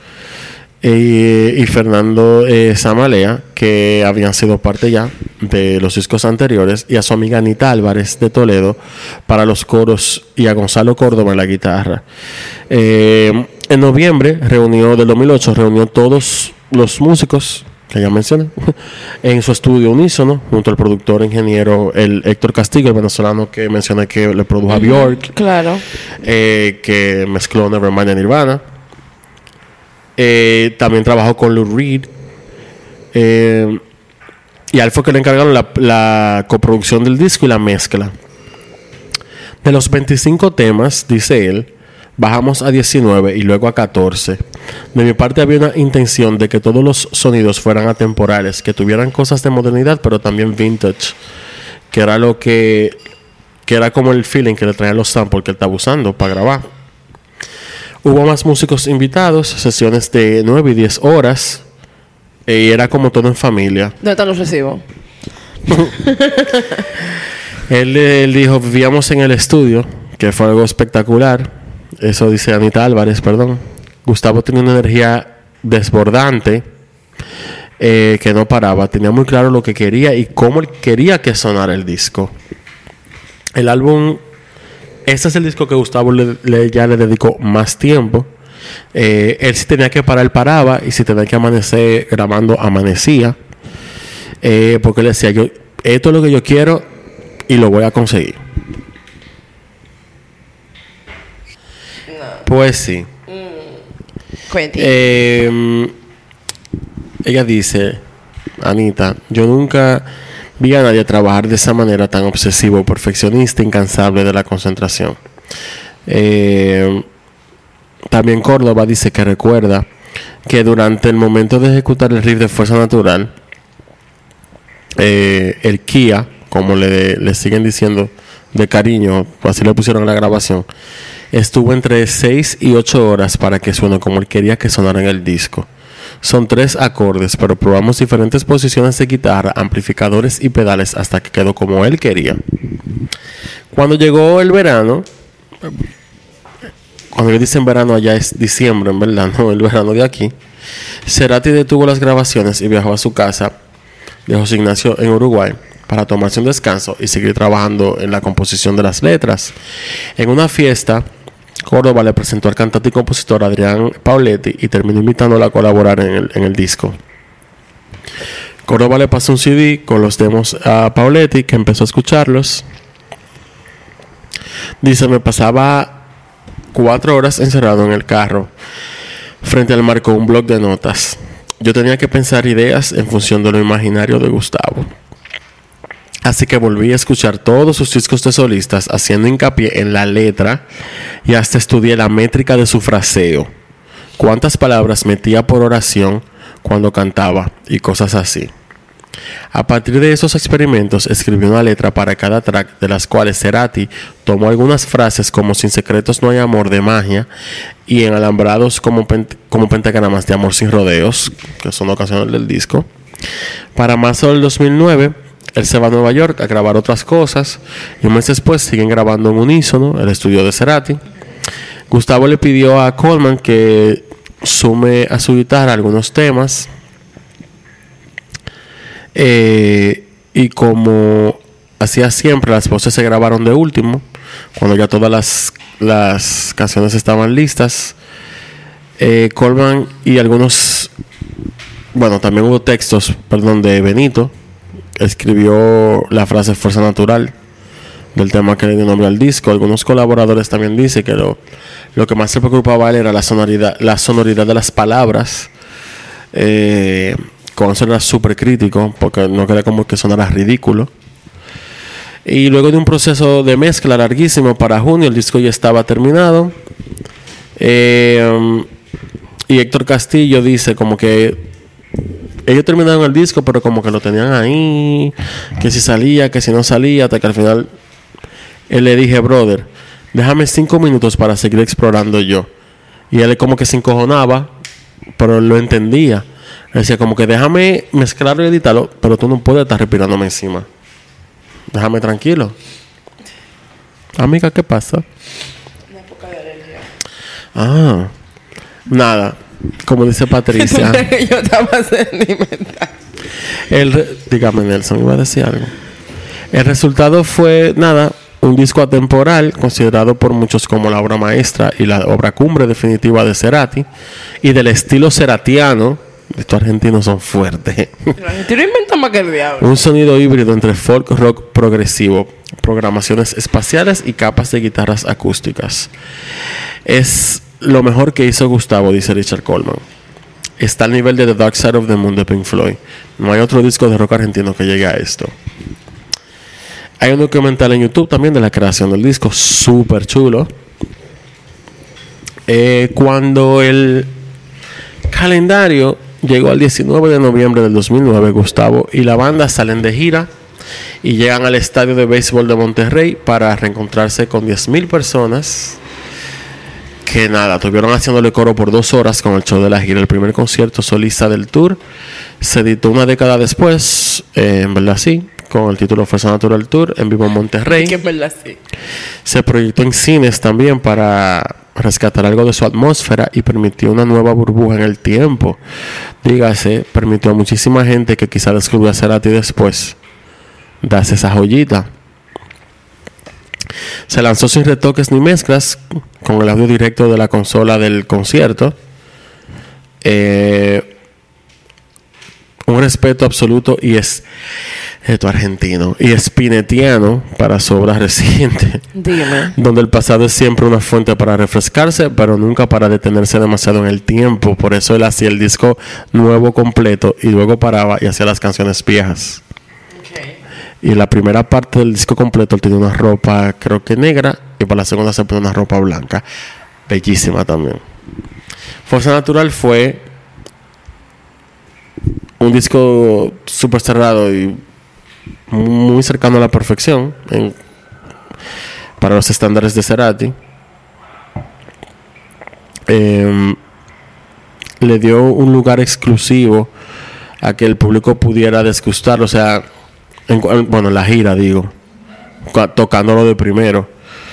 y Fernando Samalea, que habían sido parte ya de los discos anteriores, y a su amiga Anita Álvarez de Toledo para los coros, y a Gonzalo Córdoba en la guitarra. En noviembre del 2008 reunió todos los músicos que ya mencioné en su estudio unísono, junto al productor ingeniero el Héctor Castillo, el venezolano que mencioné que le produjo a Bjork, claro, que mezcló Nevermind de Nirvana. También trabajó con Lou Reed, y a él fue que le encargaron la coproducción del disco y la mezcla. De los 25 temas, dice él, bajamos a 19 y luego a 14. De mi parte había una intención de que todos los sonidos fueran atemporales, que tuvieran cosas de modernidad, pero también vintage, que era lo que era como el feeling que le traían los samples que él estaba usando para grabar. Hubo más músicos invitados, sesiones de 9 y 10 horas, y era como todo en familia. ¿Dónde están los recibos? Él dijo, vivíamos en el estudio, que fue algo espectacular. Eso dice Anita Álvarez, perdón. Gustavo tenía una energía desbordante, que no paraba. Tenía muy claro lo que quería y cómo él quería que sonara el disco. El álbum, este es el disco que Gustavo ya le dedicó más tiempo. Él si tenía que parar, paraba, y si tenía que amanecer grabando, amanecía. Porque él decía, esto es lo que yo quiero y lo voy a conseguir. Pues sí. Ella dice, Anita, yo nunca vi a nadie trabajar de esa manera tan obsesivo, perfeccionista, incansable de la concentración. También Córdoba dice que recuerda que durante el momento de ejecutar el riff de Fuerza Natural, el Kia, como le siguen diciendo de cariño, así le pusieron en la grabación, estuvo entre 6 y 8 horas para que suene como él quería que sonara en el disco. Son 3 acordes, pero probamos diferentes posiciones de guitarra, amplificadores y pedales hasta que quedó como él quería. Cuando llegó el verano, cuando yo dicen verano allá es diciembre, en verdad, no el verano de aquí, Cerati detuvo las grabaciones y viajó a su casa de José Ignacio en Uruguay para tomarse un descanso y seguir trabajando en la composición de las letras. En una fiesta, Córdoba le presentó al cantante y compositor Adrián Pauletti y terminó invitándolo a colaborar en el disco. Córdoba le pasó un CD con los demos a Pauletti, que empezó a escucharlos. Dice, me pasaba 4 horas encerrado en el carro frente al mar con un bloc de notas. Yo tenía que pensar ideas en función de lo imaginario de Gustavo. Así que volví a escuchar todos sus discos de solistas, haciendo hincapié en la letra, y hasta estudié la métrica de su fraseo, cuántas palabras metía por oración cuando cantaba y cosas así. A partir de esos experimentos escribió una letra para cada track, de las cuales Cerati tomó algunas frases como sin secretos no hay amor de magia y en alambrados como pentagramas de amor sin rodeos, que son ocasiones del disco. Para marzo del 2009 él se va a Nueva York a grabar otras cosas y un mes después siguen grabando en unísono el estudio de Cerati. Gustavo le pidió a Coleman que sume a su guitarra algunos temas. Y como hacía siempre, las voces se grabaron de último, cuando ya todas las canciones estaban listas. Coleman y algunos, bueno, también hubo textos, de Benito, escribió la frase Fuerza Natural del tema que le dio nombre al disco. Algunos colaboradores también dicen que lo que más se preocupaba a él era la sonoridad de las palabras. Con eso era súper crítico porque no quería como que sonara ridículo. Y luego de un proceso de mezcla larguísimo, para junio el disco ya estaba terminado. Y Héctor Castillo dice como que ellos terminaron el disco, pero como que lo tenían ahí, que si salía, que si no salía, hasta que al final él le dije, brother, déjame 5 minutos para seguir explorando yo. Y él como que se encojonaba, pero él lo entendía. Él decía como que déjame mezclarlo y editarlo, pero tú no puedes estar respirándome encima. Déjame tranquilo. Amiga, ¿qué pasa? Una época de alergia. Ah, nada. Como dice Patricia. Yo estaba sentimental. Dígame, Nelson, iba a decir algo. El resultado fue, un disco atemporal, considerado por muchos como la obra maestra y la obra cumbre definitiva de Cerati, y del estilo ceratiano. Estos argentinos son fuertes. Los argentinos inventan más que el diablo. Un sonido híbrido entre folk rock progresivo, programaciones espaciales y capas de guitarras acústicas. Es lo mejor que hizo Gustavo, dice Richard Coleman. Está al nivel de The Dark Side of the Moon de Pink Floyd. No hay otro disco de rock argentino que llegue a esto. Hay un documental en YouTube también de la creación del disco, súper chulo. Cuando el calendario llegó al 19 de noviembre del 2009, Gustavo y la banda salen de gira y llegan al estadio de béisbol de Monterrey para reencontrarse con 10,000 personas que nada, estuvieron haciéndole coro por 2 horas con el show de la gira. El primer concierto solista del tour se editó una década después, en verdad sí, con el título Fuerza Natural Tour, en vivo en Monterrey. Que es verdad, sí. Se proyectó en cines también para rescatar algo de su atmósfera y permitió una nueva burbuja en el tiempo. Dígase, permitió a muchísima gente que quizá descubrió a Cerati después darse esa joyita. Se lanzó sin retoques ni mezclas, con el audio directo de la consola del concierto. Un respeto absoluto y es esto argentino y espinetiano para su obra reciente. Dime. Donde el pasado es siempre una fuente para refrescarse, pero nunca para detenerse demasiado en el tiempo. Por eso él hacía el disco nuevo completo y luego paraba y hacía las canciones viejas. Okay. Y la primera parte del disco completo él tenía una ropa, creo que negra, y para la segunda se pone una ropa blanca. Bellísima también. Fuerza Natural fue un disco súper cerrado y muy cercano a la perfección para los estándares de Cerati. Le dio un lugar exclusivo a que el público pudiera degustarlo, o sea, en la gira, digo, tocándolo de primero.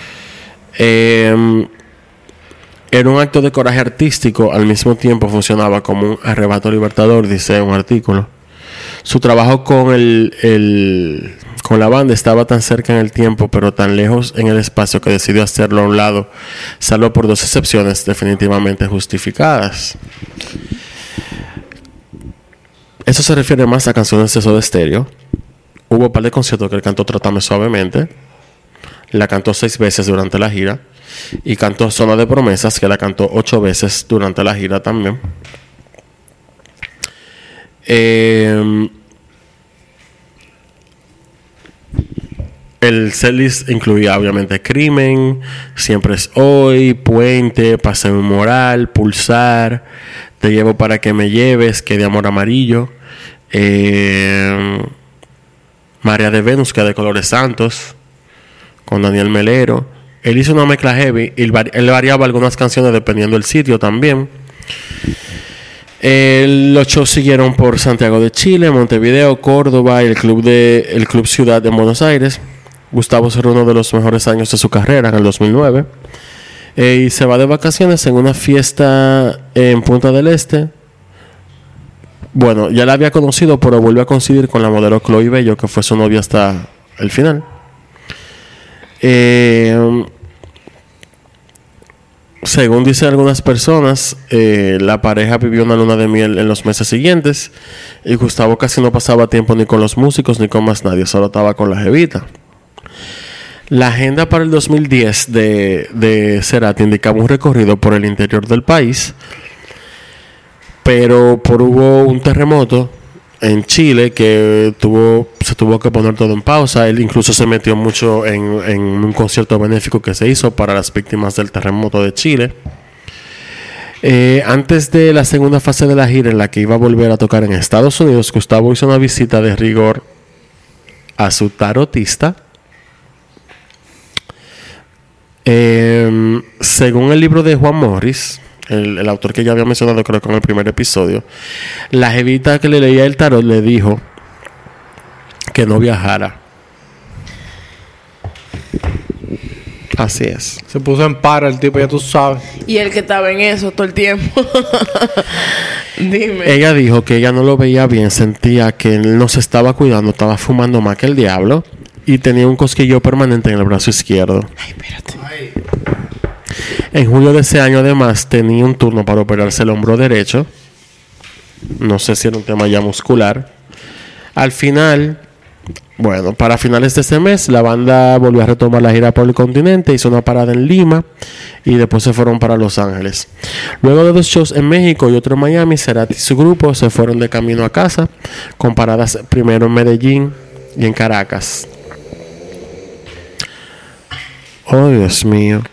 Era un acto de coraje artístico, al mismo tiempo funcionaba como un arrebato libertador, dice un artículo. Su trabajo con con la banda estaba tan cerca en el tiempo, pero tan lejos en el espacio, que decidió hacerlo a un lado, salvo por 2 excepciones definitivamente justificadas. Eso se refiere más a canciones de Soda Stereo. Hubo un par de conciertos que él cantó Trátame Suavemente. La cantó 6 veces durante la gira. Y cantó Zona de Promesas, que la cantó 8 veces durante la gira también. El setlist incluía obviamente Crimen, Siempre es Hoy, Puente, Paseo Inmoral, Pulsar, Te Llevo para que me lleves, Que de Amor Amarillo, María de Venus, que de Colores Santos, con Daniel Melero. Él hizo una mezcla heavy y él variaba algunas canciones dependiendo del sitio también. Los shows siguieron por Santiago de Chile, Montevideo, Córdoba y el Club Ciudad de Buenos Aires. Gustavo cerró uno de los mejores años de su carrera en el 2009. Y se va de vacaciones en una fiesta en Punta del Este. Bueno, ya la había conocido, pero vuelve a coincidir con la modelo Chloe Bello, que fue su novia hasta el final. Según dicen algunas personas, la pareja vivió una luna de miel en los meses siguientes y Gustavo casi no pasaba tiempo ni con los músicos ni con más nadie, solo estaba con la jevita. La agenda para el 2010 de Cerati indicaba un recorrido por el interior del país, pero hubo un terremoto en Chile que se tuvo que poner todo en pausa. Él incluso se metió mucho en un concierto benéfico que se hizo para las víctimas del terremoto de Chile. Antes de la segunda fase de la gira, en la que iba a volver a tocar en Estados Unidos, Gustavo hizo una visita de rigor a su tarotista. Según el libro de Juan Morris, el autor que ya había mencionado, creo que en el primer episodio, la jevita que le leía el tarot le dijo que no viajara. Así es. Se puso en para el tipo, ya tú sabes. Y el que estaba en eso todo el tiempo. Dime. Ella dijo que ella no lo veía bien, sentía que él no se estaba cuidando, estaba fumando más que el diablo y tenía un cosquilleo permanente en el brazo izquierdo. Ay, espérate. En julio de ese año, además, tenía un turno para operarse el hombro derecho. No sé si era un tema ya muscular. Al final, bueno, para finales de ese mes, la banda volvió a retomar la gira por el continente, hizo una parada en Lima y después se fueron para Los Ángeles. Luego de 2 shows en México y otro en Miami, Cerati y su grupo se fueron de camino a casa, con paradas primero en Medellín y en Caracas. Oh, Dios mío.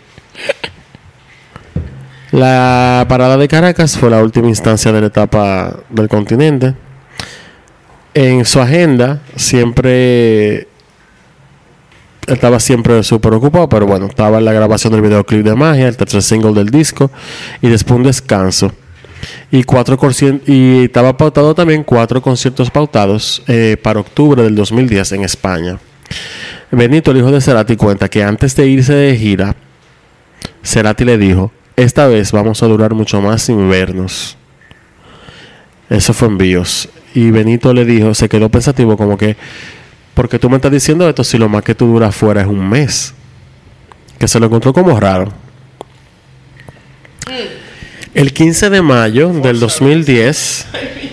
La parada de Caracas fue la última instancia de la etapa del continente. En su agenda siempre estaba siempre súper ocupado, pero bueno, estaba en la grabación del videoclip de Magia, el tercer single del disco, y después un descanso. Y estaba pautado también 4 conciertos pautados para octubre del 2010 en España. Benito, el hijo de Cerati, cuenta que antes de irse de gira, Cerati le dijo: esta vez vamos a durar mucho más sin vernos. Eso fue en Bios. Y Benito le dijo, se quedó pensativo como que, ¿por qué tú me estás diciendo esto si lo más que tú duras fuera es un mes? Que se lo encontró como raro. El 15 de mayo del 2010...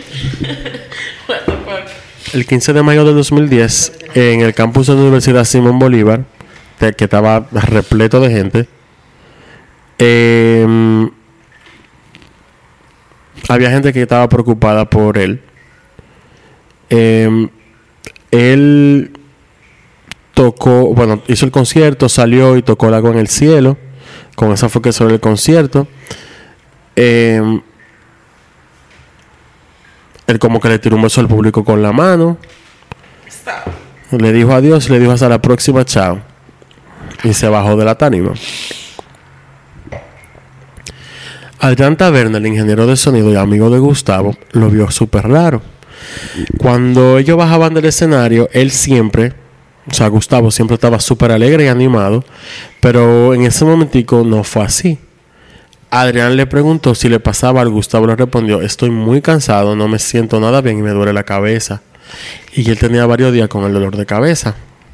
El 15 de mayo del 2010, en el campus de la Universidad Simón Bolívar, que estaba repleto de gente, había gente que estaba preocupada por él. Él tocó, bueno, hizo el concierto, salió y tocó Lago en el Cielo. Con esa fue que sobre el concierto. Él como que le tiró un beso al público con la mano. Le dijo adiós, le dijo hasta la próxima, chao. Y se bajó de la tarima. Adrián Taberna, el ingeniero de sonido y amigo de Gustavo, lo vio súper raro. Cuando ellos bajaban del escenario, él siempre, o sea, Gustavo siempre estaba súper alegre y animado, pero en ese momentico no fue así. Adrián le preguntó si le pasaba algo. Gustavo le respondió: estoy muy cansado, no me siento nada bien y me duele la cabeza. Y él tenía varios días con el dolor de cabeza.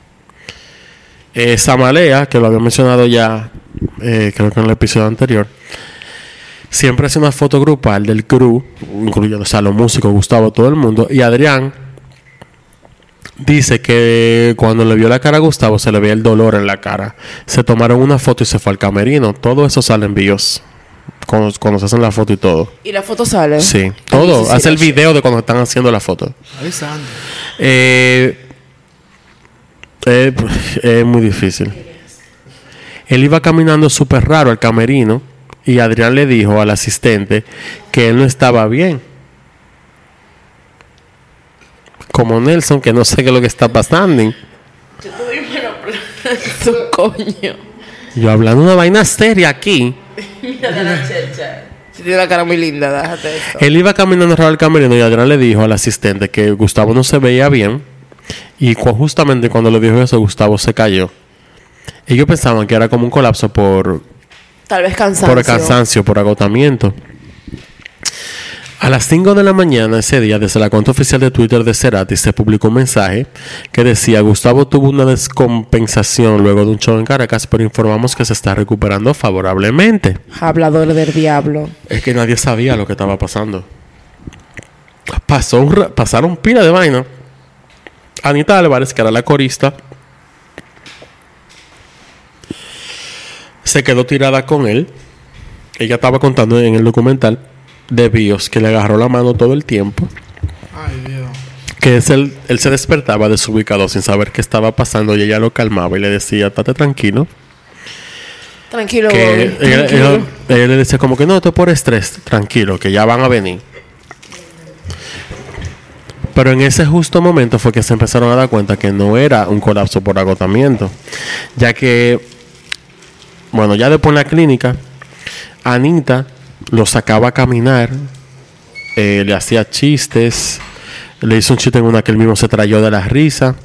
Samalea, que lo había mencionado ya, creo que en el episodio anterior, siempre hace una foto grupal del crew, incluyendo, o sea, los músicos, Gustavo, todo el mundo. Y Adrián dice que cuando le vio la cara a Gustavo se le veía el dolor en la cara. Se tomaron una foto y se fue al camerino. Todo eso sale en Bios. Cuando se hacen la foto y todo. ¿Y la foto sale? Sí, todo. Hace el video de cuando están haciendo la foto. Avisando. Es muy difícil. Él iba caminando súper raro al camerino y Adrián le dijo al asistente que él no estaba bien. Como Nelson, que no sé qué es lo que está pasando. Yo te doy tu coño. Yo hablando una vaina seria aquí. Mira la checha. Si tiene la cara muy linda, déjate esto. Él iba caminando raro al camerino y Adrián le dijo al asistente que Gustavo no se veía bien. Y justamente cuando le dijo eso, Gustavo se cayó. Ellos pensaban que era como un colapso tal vez cansancio. Por cansancio, por agotamiento. A las 5 de la mañana ese día, desde la cuenta oficial de Twitter de Cerati, se publicó un mensaje que decía: Gustavo tuvo una descompensación luego de un show en Caracas, pero informamos que se está recuperando favorablemente. Hablador del diablo. Es que nadie sabía lo que estaba pasando. Pasaron pila de vaina. Anita Álvarez, que era la corista, se quedó tirada con él. Ella estaba contando en el documental de Bios que le agarró la mano todo el tiempo. Ay, Dios. Que él se despertaba desubicado sin saber qué estaba pasando y ella lo calmaba y le decía: estate tranquilo. Tranquilo, Que Bobby, tranquilo. ella le decía como que no, esto es por estrés, tranquilo, que ya van a venir. Pero en ese justo momento fue que se empezaron a dar cuenta que no era un colapso por agotamiento, ya que, bueno, ya después en la clínica, Anita lo sacaba a caminar, le hacía chistes, le hizo un chiste en una que él mismo se trayó de la risa,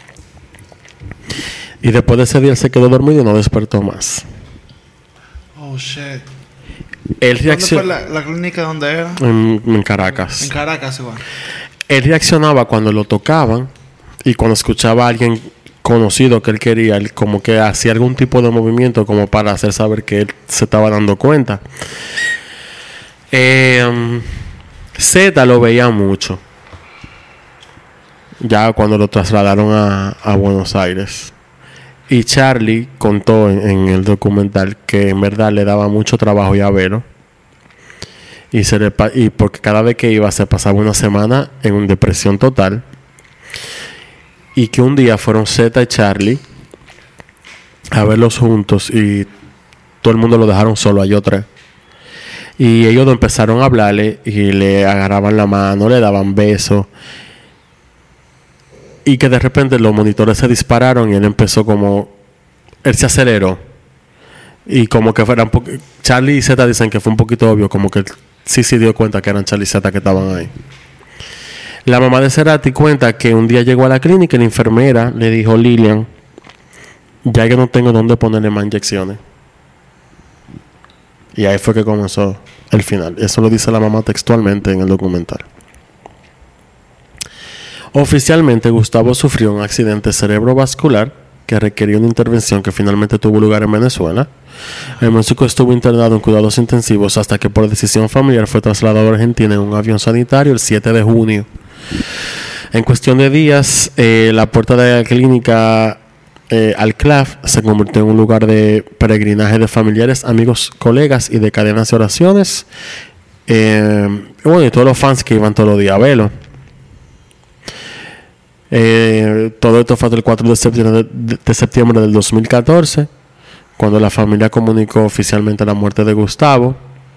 y después de ese día él se quedó dormido y no despertó más. Oh, shit. Él ¿Dónde fue la clínica donde era? en Caracas. En Caracas, igual. Él reaccionaba cuando lo tocaban y cuando escuchaba a alguien conocido que él quería, él como que hacía algún tipo de movimiento como para hacer saber que él se estaba dando cuenta. Z lo veía mucho ya cuando lo trasladaron a Buenos Aires. Y Charlie contó en el documental que en verdad le daba mucho trabajo ya verlo. Y porque cada vez que iba se pasaba una semana en una depresión total. Y que un día fueron Z y Charlie a verlos juntos y todo el mundo lo dejaron solo a ellos tres. Y ellos empezaron a hablarle y le agarraban la mano, le daban besos. Y que de repente los monitores se dispararon y él empezó como... Él se aceleró. Y como que fueran... Charlie y Zeta dicen que fue un poquito obvio, como que sí se dio cuenta que eran Charlie y Zeta que estaban ahí. La mamá de Cerati cuenta que un día llegó a la clínica y la enfermera le dijo: Lilian, ya que no tengo dónde ponerle más inyecciones. Y ahí fue que comenzó el final. Eso lo dice la mamá textualmente en el documental. Oficialmente, Gustavo sufrió un accidente cerebrovascular que requirió una intervención que finalmente tuvo lugar en Venezuela. El músico estuvo internado en cuidados intensivos hasta que por decisión familiar fue trasladado a Argentina en un avión sanitario el 7 de junio. En cuestión de días, la puerta de la clínica Al-Claf se convirtió en un lugar de peregrinaje de familiares, amigos, colegas y de cadenas de oraciones. Y todos los fans que iban todos los días a verlo. Todo esto fue el 4 de septiembre del 2014, cuando la familia comunicó oficialmente la muerte de Gustavo.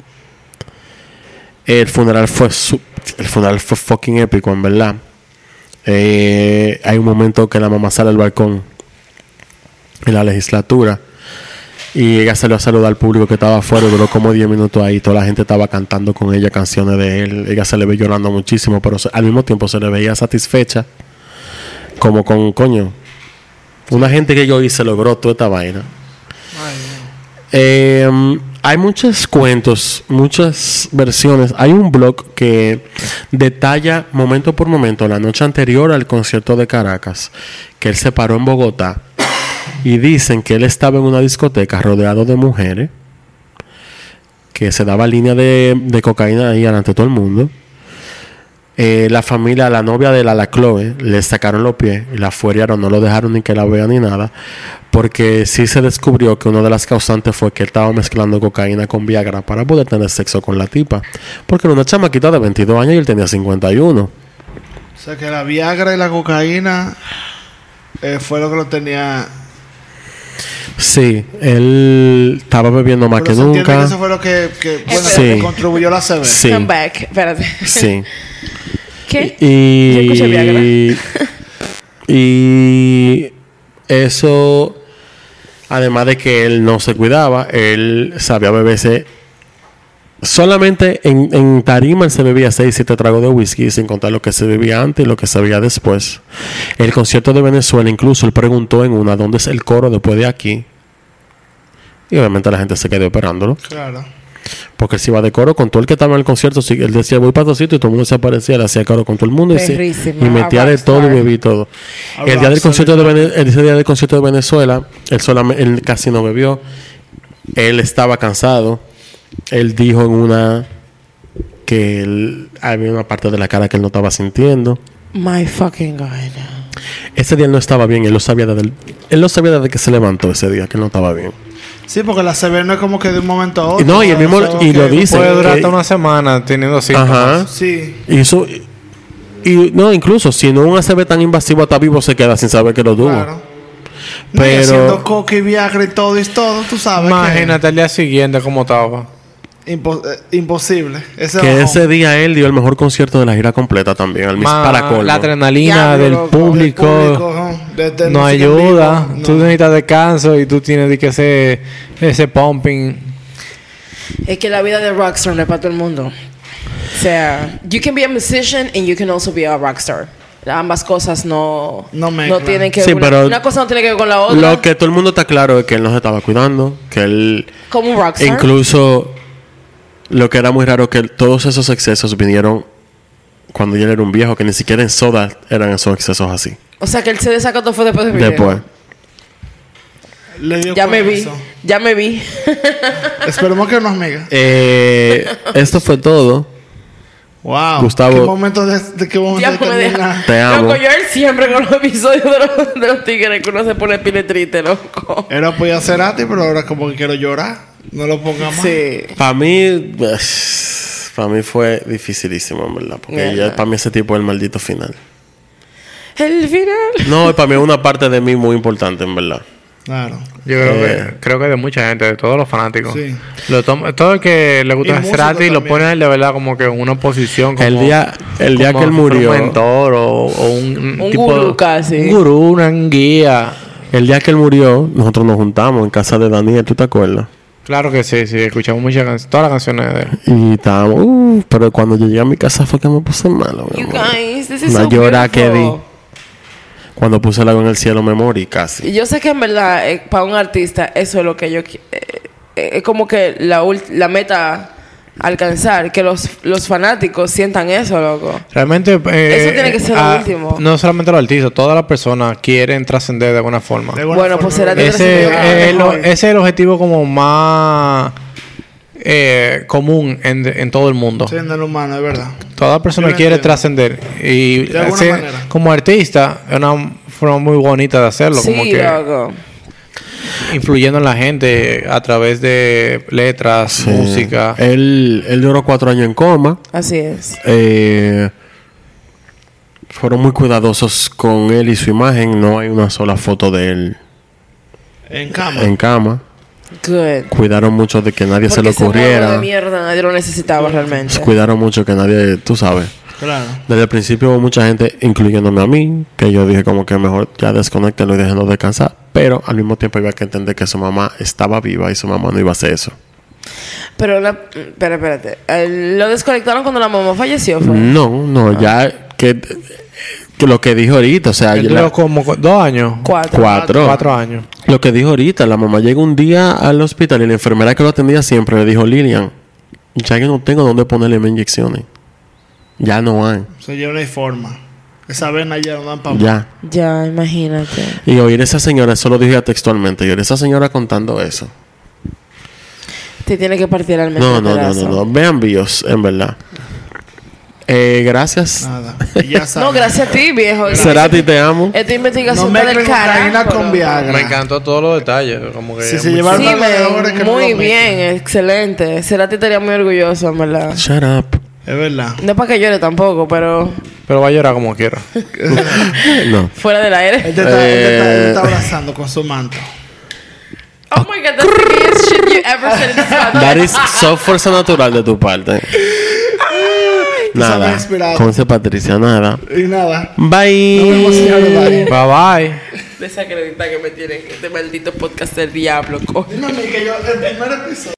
El funeral fue fucking épico, en verdad. Hay un momento que la mamá sale al balcón en la legislatura y ella salió a saludar al público que estaba afuera. Duró como 10 minutos ahí. Toda la gente estaba cantando con ella canciones de él. Ella se le ve llorando muchísimo, pero al mismo tiempo se le veía satisfecha, como con coño, una gente que yo hice logró toda esta vaina. Hay muchos cuentos, muchas versiones. Hay un blog que detalla momento por momento la noche anterior al concierto de Caracas, que él se paró en Bogotá, y dicen que él estaba en una discoteca rodeado de mujeres, que se daba línea de cocaína ahí delante de todo el mundo. La familia, la novia de la Chloe, le sacaron los pies y la fueriaron, no lo dejaron ni que la vea ni nada, porque sí se descubrió que una de las causantes fue que él estaba mezclando cocaína con Viagra para poder tener sexo con la tipa, porque era una chamaquita de 22 años y él tenía 51. O sea que la Viagra y la cocaína fue lo que lo tenía. Sí, él estaba bebiendo más que nunca. Que eso fue lo que sí, que contribuyó a la CB. Sí. Come back, espérate. Sí. ¿Qué? Y, yo escuché Viagra. Y eso, además de que él no se cuidaba, él sabía beberse. Solamente en tarima él se bebía 6-7 tragos de whisky, sin contar lo que se bebía antes y lo que se bebía después. El concierto de Venezuela, incluso él preguntó en una: ¿dónde es el coro después de aquí? Y obviamente la gente se quedó esperándolo. Claro. Porque él se iba de coro con todo el que estaba en el concierto. Él decía: voy para tu sitio, y todo el mundo se aparecía, le hacía coro con todo el mundo y metía de todo y bebía todo. El día del concierto de Venezuela, él casi no bebió. Él estaba cansado. Él dijo en una que había una parte de la cara que él no estaba sintiendo. My fucking God. Ese día él no estaba bien. Él lo sabía desde que se levantó ese día, que él no estaba bien. Sí, porque la CB no es como que de un momento a otro. No, y el mismo y lo dice. Puede durar hasta una semana teniendo síntomas. Ajá. Sí. Y no, incluso si no un ACV tan invasivo está vivo, se queda sin saber que lo tuvo. Claro. No, pero y haciendo coca y Viagra y todo, tú sabes. Imagínate el día siguiente cómo estaba. Imposible. Ese día él dio el mejor concierto de la gira completa también. Para colmo. La adrenalina del público no ayuda. Tú necesitas descanso y tú tienes que hacer ese pumping. Es que la vida de rockstar no es para todo el mundo. O sea, you can be a musician and you can also be a rockstar. Ambas cosas no tienen que ver. Sí, pero una cosa no tiene que ver con la otra. Lo que todo el mundo está claro es que él no se estaba cuidando, que él como un rockstar. Incluso lo que era muy raro, que todos esos excesos vinieron cuando él era un viejo, que ni siquiera en Soda eran esos excesos así. O sea que él se desacató fue después de Después. Ya me vi. Esperemos que no, amiga. Esto fue todo. Wow. Gustavo. ¿Qué momento de qué momento de terminar? Te amo. Loco, yo él siempre con los episodios de los tigres que uno se pone pile triste, loco. Era podía ser a ti, pero ahora como que quiero llorar. No lo ponga más. Sí. Para mí fue dificilísimo, en verdad. Porque para mí ese tipo es el maldito final. El final. No, para mí es una parte de mí muy importante, en verdad. Claro. Yo creo que de mucha gente, de todos los fanáticos. Sí. Todo el que le gusta Y músico Cerati lo también. pone a él de verdad como que en una posición como... El día que él como murió, un mentor o un Un tipo gurú de- casi. Un gurú, una guía. el día que él murió, nosotros nos juntamos en casa de Daniel, ¿tú te acuerdas? Claro que sí, escuchamos todas las canciones de él. Y estábamos, pero cuando yo llegué a mi casa fue que me puse malo. mi You amor. guys, this is Una so llora que di. beautiful. Cuando puse el agua en el cielo me morí casi. Y yo sé que en verdad, para un artista, eso es lo que yo... es como que la meta a alcanzar, que los fanáticos sientan eso, loco. Realmente... Eso tiene que ser lo último. No solamente los artistas, todas las personas quieren trascender de alguna forma. De alguna Bueno, forma, pues será ¿verdad? de- Ese es el objetivo como más común en todo el mundo. Sí, en el humano, es verdad. Toda persona Yo lo quiere entiendo. trascender. Y De alguna ser- manera. como artista, es una forma muy bonita de hacerlo. como Sí, que loco. influyendo en la gente a través de letras, Sí. música. Él duró 4 años en coma. Así es. Fueron muy cuidadosos con él y su imagen. No hay una sola foto de él En cama. en cama. Good. Cuidaron mucho de que nadie se le Porque ese morbo ocurriera. de mierda nadie lo necesitaba realmente. Cuidaron mucho que nadie, tú sabes. Claro. Desde el principio hubo mucha gente, incluyéndome a mí, que yo dije como que mejor ya desconectenlo y déjenlo descansar. Pero al mismo tiempo había que entender que su mamá estaba viva y su mamá no iba a hacer eso. Pero espérate. ¿Lo desconectaron cuando la mamá falleció? ¿Fue? No, ya que lo que dijo ahorita, o sea, Él la- duró como 2 años. 4. 4 años. lo que dijo ahorita, la mamá llegó un día al hospital y la enfermera que lo atendía siempre le dijo, Lilian, ya que no tengo dónde ponerle más inyecciones. Ya no hay. O sea, ya no hay forma. Esa vena ya no dan para Ya. Ya, imagínate. Y oír esa señora, eso lo dije textualmente, y oír esa señora contando eso. Te tiene que partir al No. Vean bios, en verdad. Gracias. nada. Y ya sabes. No, gracias a ti, viejo. Cerati, te amo. Esta investigación No está del mezclen cocaína carajo. con loco. Viagra. Me encantó todos los detalles. Como que Si se muy- llevaron Sí, a los mejores men, que no muy lo bien, excelente. Cerati estaría muy orgulloso, en verdad. Shut up. Es verdad. No es para que llore tampoco, pero Pero va a llorar como quiera. No. fuera del aire. Él está abrazando con su manto. Oh my God, that's the gayest shit you ever said in this podcast. That is so fuerza natural de tu parte. Nada. sabes inspirado. Como dice Patricia, nada. Y nada. Bye. Nos vemos, señores. Bye. Bye bye. Desacredita que me tienen este maldito podcast del diablo, coño. Dime a mí que yo, el primer episodio.